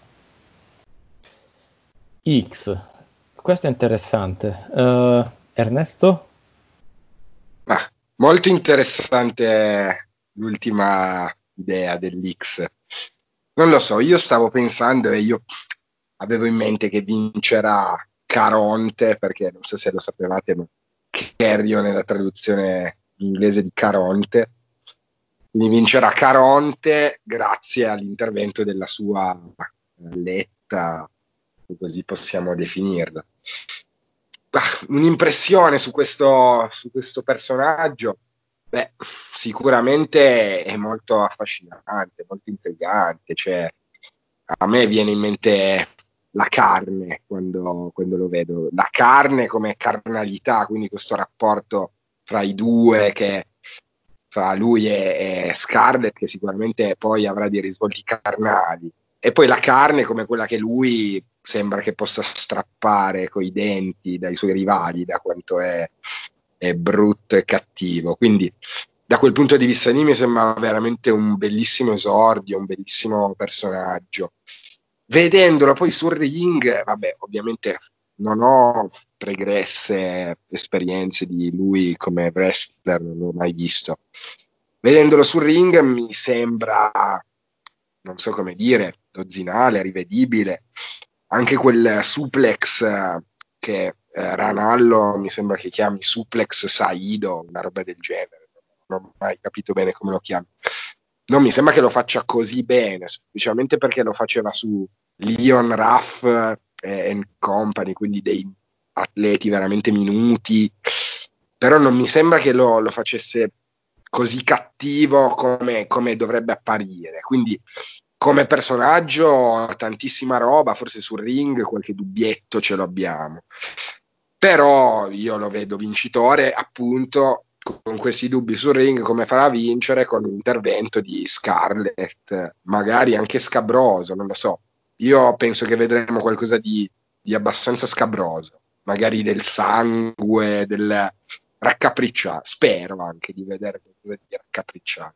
X, questo è interessante. Ernesto? Molto interessante l'ultima idea dell'X. Non lo so, io stavo pensando e io avevo in mente che vincerà Caronte, perché non so se lo sapevate, ma Karrion è la traduzione in inglese di Caronte. Quindi vincerà Caronte grazie all'intervento della sua letta, così possiamo definirla. Un'impressione su questo personaggio, sicuramente è molto affascinante, molto intrigante, cioè a me viene in mente la carne quando lo vedo, la carne come carnalità, quindi questo rapporto fra i due, che fra lui e Scarlett, che sicuramente poi avrà dei risvolti carnali, e poi la carne come quella che lui sembra che possa strappare coi denti dai suoi rivali, da quanto è brutto e cattivo. Quindi da quel punto di vista lì mi sembra veramente un bellissimo esordio, un bellissimo personaggio. Vedendolo poi sul ring, ovviamente non ho pregresse esperienze di lui come wrestler, non l'ho mai visto. Vedendolo sul ring mi sembra, non so come dire, dozzinale, rivedibile. Anche quel suplex che Ranallo mi sembra che chiami suplex Saido, una roba del genere, non ho mai capito bene come lo chiami. Non mi sembra che lo faccia così bene, specialmente perché lo faceva su Leon Ruff and Company, quindi dei atleti veramente minuti, però non mi sembra che lo facesse così cattivo come dovrebbe apparire. Quindi come personaggio tantissima roba, forse sul ring qualche dubbietto ce lo abbiamo, però io lo vedo vincitore appunto con questi dubbi sul ring, come farà a vincere con l'intervento di Scarlett, magari anche scabroso, non lo so. Io penso che vedremo qualcosa di abbastanza scabroso, magari del sangue, del raccapricciato. Spero anche di vedere qualcosa di raccapricciato.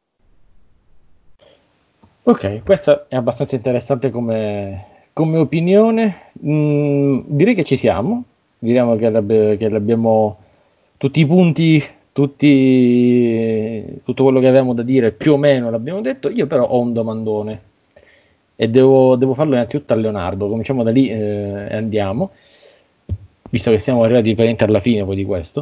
Ok, questa è abbastanza interessante come opinione. Direi che ci siamo. Diremo che abbiamo tutti i punti, tutto quello che avevamo da dire più o meno l'abbiamo detto. Io però ho un domandone. e devo farlo innanzitutto a Leonardo. Cominciamo da lì e andiamo, visto che siamo arrivati praticamente alla fine poi di questo.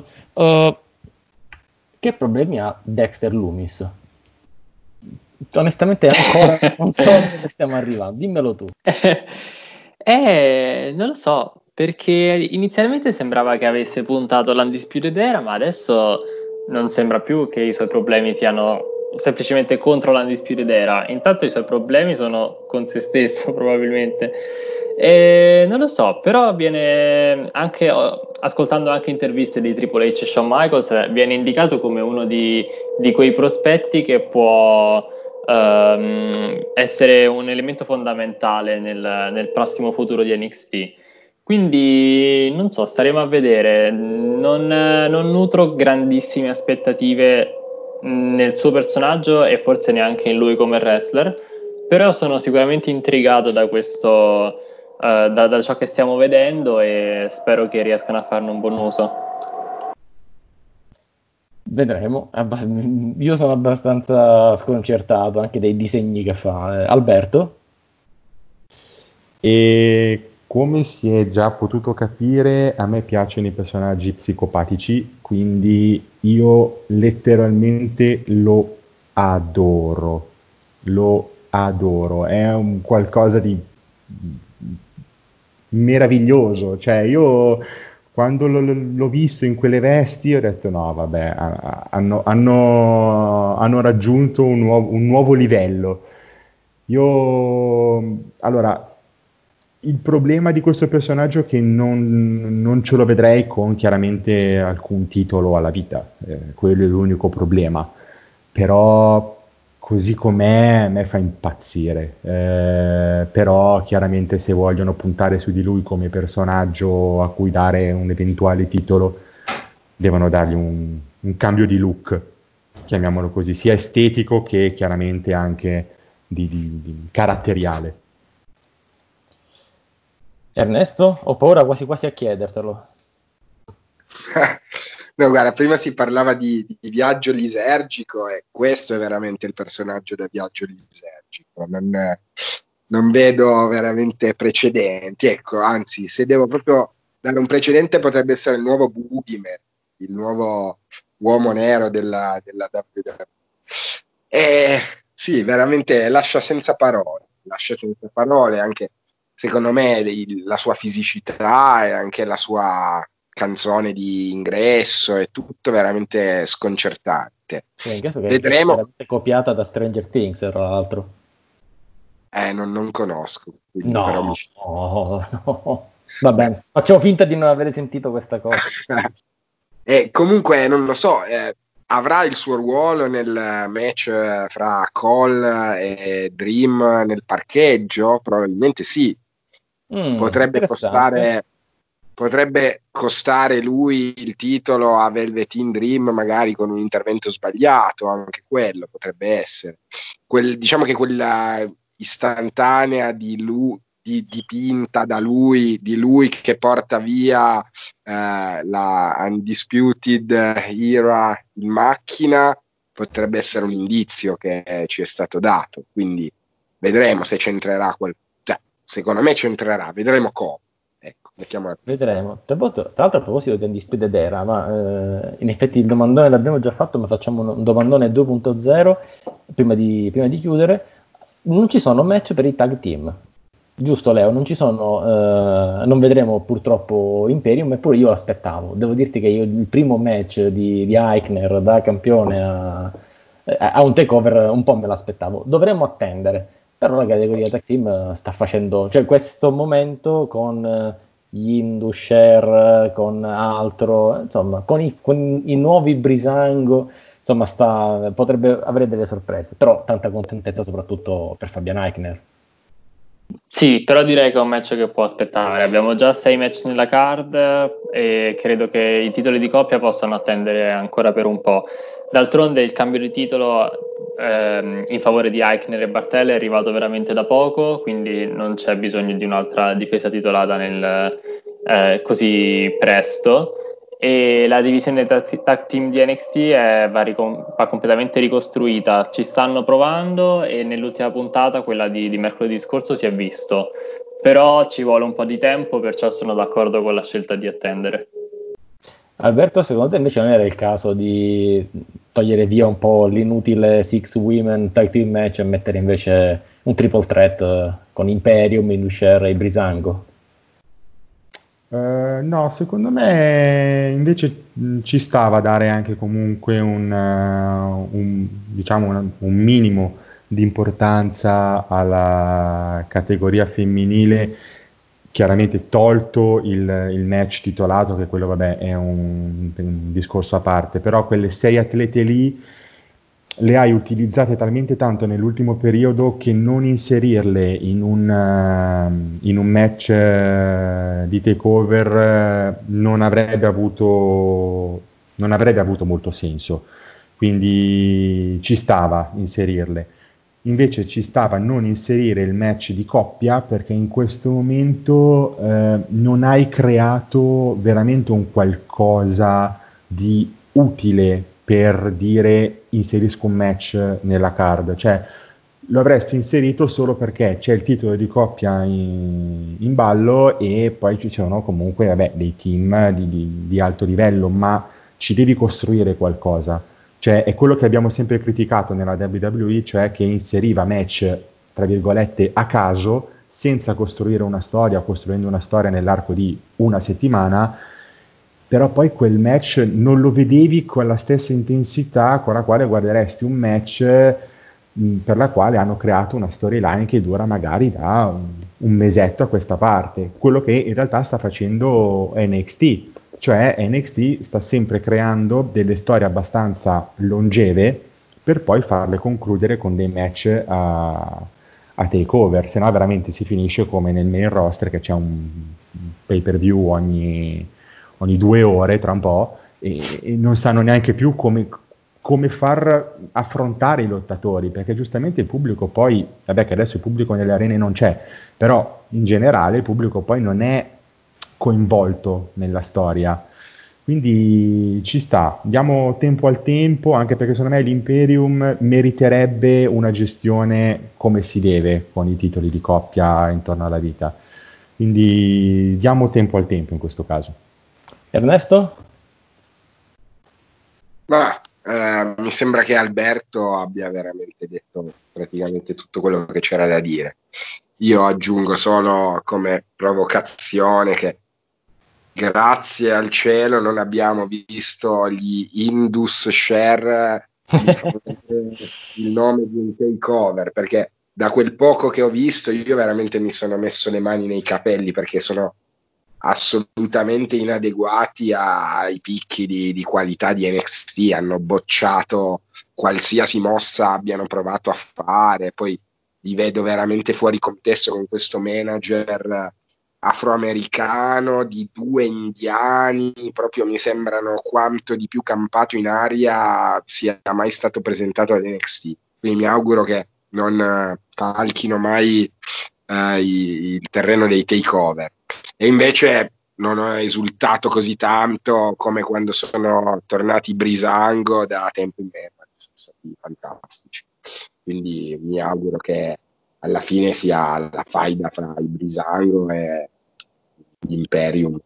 Che problemi ha Dexter Lumis? Onestamente ancora non so dove stiamo arrivando, dimmelo tu. Non lo so, perché inizialmente sembrava che avesse puntato l'Undisputed Era, ma adesso non sembra più che i suoi problemi siano semplicemente contro l'Undisputed Era. Intanto i suoi problemi sono con se stesso, probabilmente. Non lo so, però viene anche, ascoltando anche interviste di Triple H e Shawn Michaels, viene indicato come uno di quei prospetti che può essere un elemento fondamentale nel prossimo futuro di NXT. Quindi non so, staremo a vedere. Non nutro grandissime aspettative nel suo personaggio e forse neanche in lui come wrestler, però sono sicuramente intrigato da questo, da ciò che stiamo vedendo, e spero che riescano a farne un buon uso. Vedremo. Io sono abbastanza sconcertato anche dai disegni che fa. Alberto? E come si è già potuto capire, a me piacciono i personaggi psicopatici, quindi io letteralmente lo adoro. È un qualcosa di meraviglioso. Cioè, io quando l'ho visto in quelle vesti ho detto no, vabbè, hanno raggiunto un nuovo livello. Allora, il problema di questo personaggio è che non ce lo vedrei con chiaramente alcun titolo alla vita, quello è l'unico problema, però così com'è a me fa impazzire. Però chiaramente se vogliono puntare su di lui come personaggio a cui dare un eventuale titolo, devono dargli un cambio di look, chiamiamolo così, sia estetico che chiaramente anche di caratteriale. Ernesto? Ho paura quasi quasi a chiedertelo. No, guarda, prima si parlava di viaggio lisergico e questo è veramente il personaggio da viaggio lisergico. Non vedo veramente precedenti. Ecco, anzi, se devo proprio dare un precedente potrebbe essere il nuovo Boogeyman, il nuovo uomo nero della WWE. E sì, veramente lascia senza parole anche, secondo me, la sua fisicità e anche la sua canzone di ingresso è tutto veramente sconcertante. Sì, che Vedremo. È veramente copiata da Stranger Things, tra l'altro. Non conosco. No, però no. Va bene, facciamo finta di non avere sentito questa cosa. Comunque, non lo so, avrà il suo ruolo nel match fra Cole e Dream nel parcheggio? Probabilmente sì. Potrebbe costare lui il titolo a Velveteen Dream, magari con un intervento sbagliato, anche quello potrebbe essere. Diciamo che quella istantanea dipinta da lui, di lui che porta via la Undisputed Era in macchina, potrebbe essere un indizio che ci è stato dato, quindi vedremo se c'entrerà secondo me c'entrerà, vedremo come. Ecco, mettiamola. Vedremo. Tra l'altro, a proposito di Undisputed Era, ma in effetti il domandone l'abbiamo già fatto, ma facciamo un domandone 2.0 prima di chiudere. Non ci sono match per i tag team, giusto Leo? Non ci sono, non vedremo purtroppo Imperium, eppure io l'aspettavo. Devo dirti che il primo match di Aichner da campione a un takeover un po' me l'aspettavo. Dovremmo attendere. Però la categoria tag team sta facendo, cioè questo momento con Yindu, Cher, con altro, insomma, con i nuovi Brisango, insomma, potrebbe avere delle sorprese, però tanta contentezza soprattutto per Fabian Aichner. Sì, però direi che è un match che può aspettare. Abbiamo già 6 match nella card e credo che i titoli di coppia possano attendere ancora per un po'. D'altronde il cambio di titolo in favore di Aichner e Bartel è arrivato veramente da poco, quindi non c'è bisogno di un'altra difesa titolata così presto. e la divisione tag team di NXT va completamente ricostruita. Ci stanno provando e nell'ultima puntata, quella di mercoledì scorso, si è visto, però ci vuole un po' di tempo, perciò sono d'accordo con la scelta di attendere. Alberto, secondo te invece non era il caso di togliere via un po' l'inutile Six Women Tag Team Match e mettere invece un triple threat con Imperium, Indusher e Brisango? No, secondo me invece ci stava a dare anche comunque diciamo un minimo di importanza alla categoria femminile, chiaramente tolto il match titolato, che quello vabbè è un discorso a parte, però quelle 6 atlete lì le hai utilizzate talmente tanto nell'ultimo periodo che non inserirle in un match di takeover non avrebbe avuto molto senso, quindi ci stava inserirle. Invece ci stava non inserire il match di coppia, perché in questo momento non hai creato veramente un qualcosa di utile per dire inserisco un match nella card, cioè lo avresti inserito solo perché c'è il titolo di coppia in ballo e poi ci sono comunque dei team di alto livello, ma ci devi costruire qualcosa. Cioè è quello che abbiamo sempre criticato nella WWE, cioè che inseriva match tra virgolette a caso, senza costruire una storia, costruendo una storia nell'arco di una settimana, però poi quel match non lo vedevi con la stessa intensità con la quale guarderesti un match per la quale hanno creato una storyline che dura magari da un mesetto a questa parte, quello che in realtà sta facendo NXT, cioè NXT sta sempre creando delle storie abbastanza longeve per poi farle concludere con dei match a takeover, se no veramente si finisce come nel main roster, che c'è un pay per view ogni 2 ore tra un po' e non sanno neanche più come far affrontare i lottatori, perché giustamente il pubblico poi, vabbè che adesso il pubblico nelle arene non c'è, però in generale il pubblico poi non è coinvolto nella storia, quindi ci sta, diamo tempo al tempo, anche perché secondo me l'Imperium meriterebbe una gestione come si deve con i titoli di coppia intorno alla vita, quindi diamo tempo al tempo in questo caso. Ernesto? Mi sembra che Alberto abbia veramente detto praticamente tutto quello che c'era da dire. Io aggiungo solo come provocazione che grazie al cielo non abbiamo visto gli Indus Share il nome di un takeover, perché da quel poco che ho visto io veramente mi sono messo le mani nei capelli, perché sono assolutamente inadeguati ai picchi di qualità di NXT, hanno bocciato qualsiasi mossa abbiano provato a fare, poi li vedo veramente fuori contesto con questo manager afroamericano di 2 indiani, proprio mi sembrano quanto di più campato in aria sia mai stato presentato ad NXT, quindi mi auguro che non calchino mai il terreno dei takeover. E invece non ho esultato così tanto come quando sono tornati Brisango da tempo in meno, sono stati fantastici, quindi mi auguro che alla fine sia la faida fra il Brisango e l'Imperium.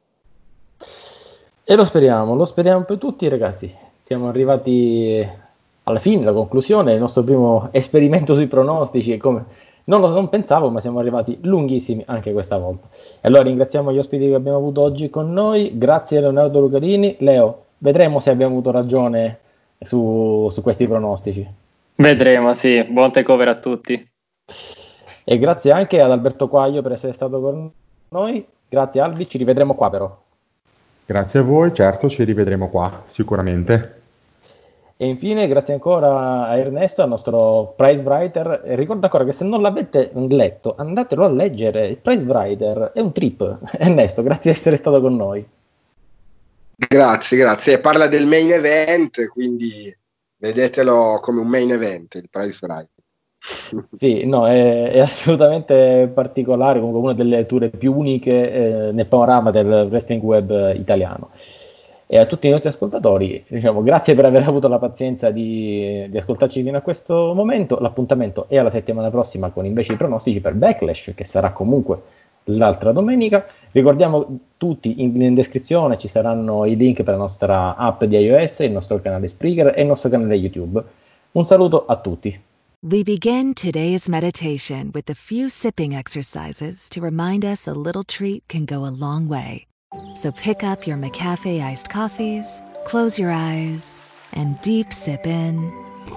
E lo speriamo per tutti, ragazzi. Siamo arrivati alla fine, alla conclusione del nostro primo esperimento sui pronostici, e come non pensavo, ma siamo arrivati lunghissimi anche questa volta. E allora ringraziamo gli ospiti che abbiamo avuto oggi con noi. Grazie a Leonardo Lucarini. Leo, vedremo se abbiamo avuto ragione su questi pronostici. Vedremo, sì. Buon takeover a tutti. E grazie anche ad Alberto Quaglio per essere stato con noi. Grazie Albi, ci rivedremo qua però. Grazie a voi, certo, ci rivedremo qua, sicuramente. E infine grazie ancora a Ernesto, al nostro prize writer. Ricordo ancora che se non l'avete letto, andatelo a leggere. Il prize writer è un trip. Ernesto, grazie di essere stato con noi. Grazie. Parla del main event, quindi vedetelo come un main event, il prize writer. Sì, no, è assolutamente particolare, comunque una delle letture più uniche nel panorama del wrestling web italiano. E a tutti i nostri ascoltatori, diciamo, grazie per aver avuto la pazienza di ascoltarci fino a questo momento. L'appuntamento è alla settimana prossima con invece i pronostici per Backlash, che sarà comunque l'altra domenica. Ricordiamo tutti, in descrizione ci saranno i link per la nostra app di iOS, il nostro canale Spreaker e il nostro canale YouTube. Un saluto a tutti. We begin today's meditation with a few sipping exercises to remind us a little treat can go a long way. So pick up your McCafe iced coffees, close your eyes, and deep sip in.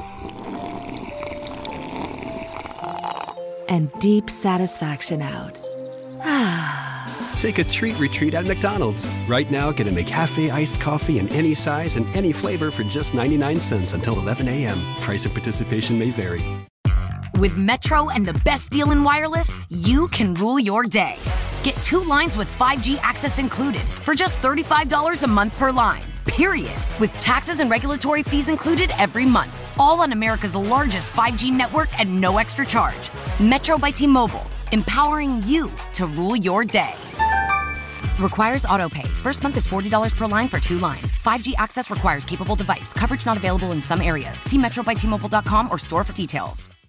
And deep satisfaction out. Take a treat retreat at McDonald's. Right now, get a McCafe iced coffee in any size and any flavor for just 99 cents until 11 a.m. Price and participation may vary. With Metro and the best deal in wireless, you can rule your day. Get 2 lines with 5G access included for just $35 a month per line. Period. With taxes and regulatory fees included every month. All on America's largest 5G network at no extra charge. Metro by T-Mobile. Empowering you to rule your day. Requires autopay. First month is $40 per line for 2 lines. 5G access requires capable device. Coverage not available in some areas. See metrobytmobile.com or store for details.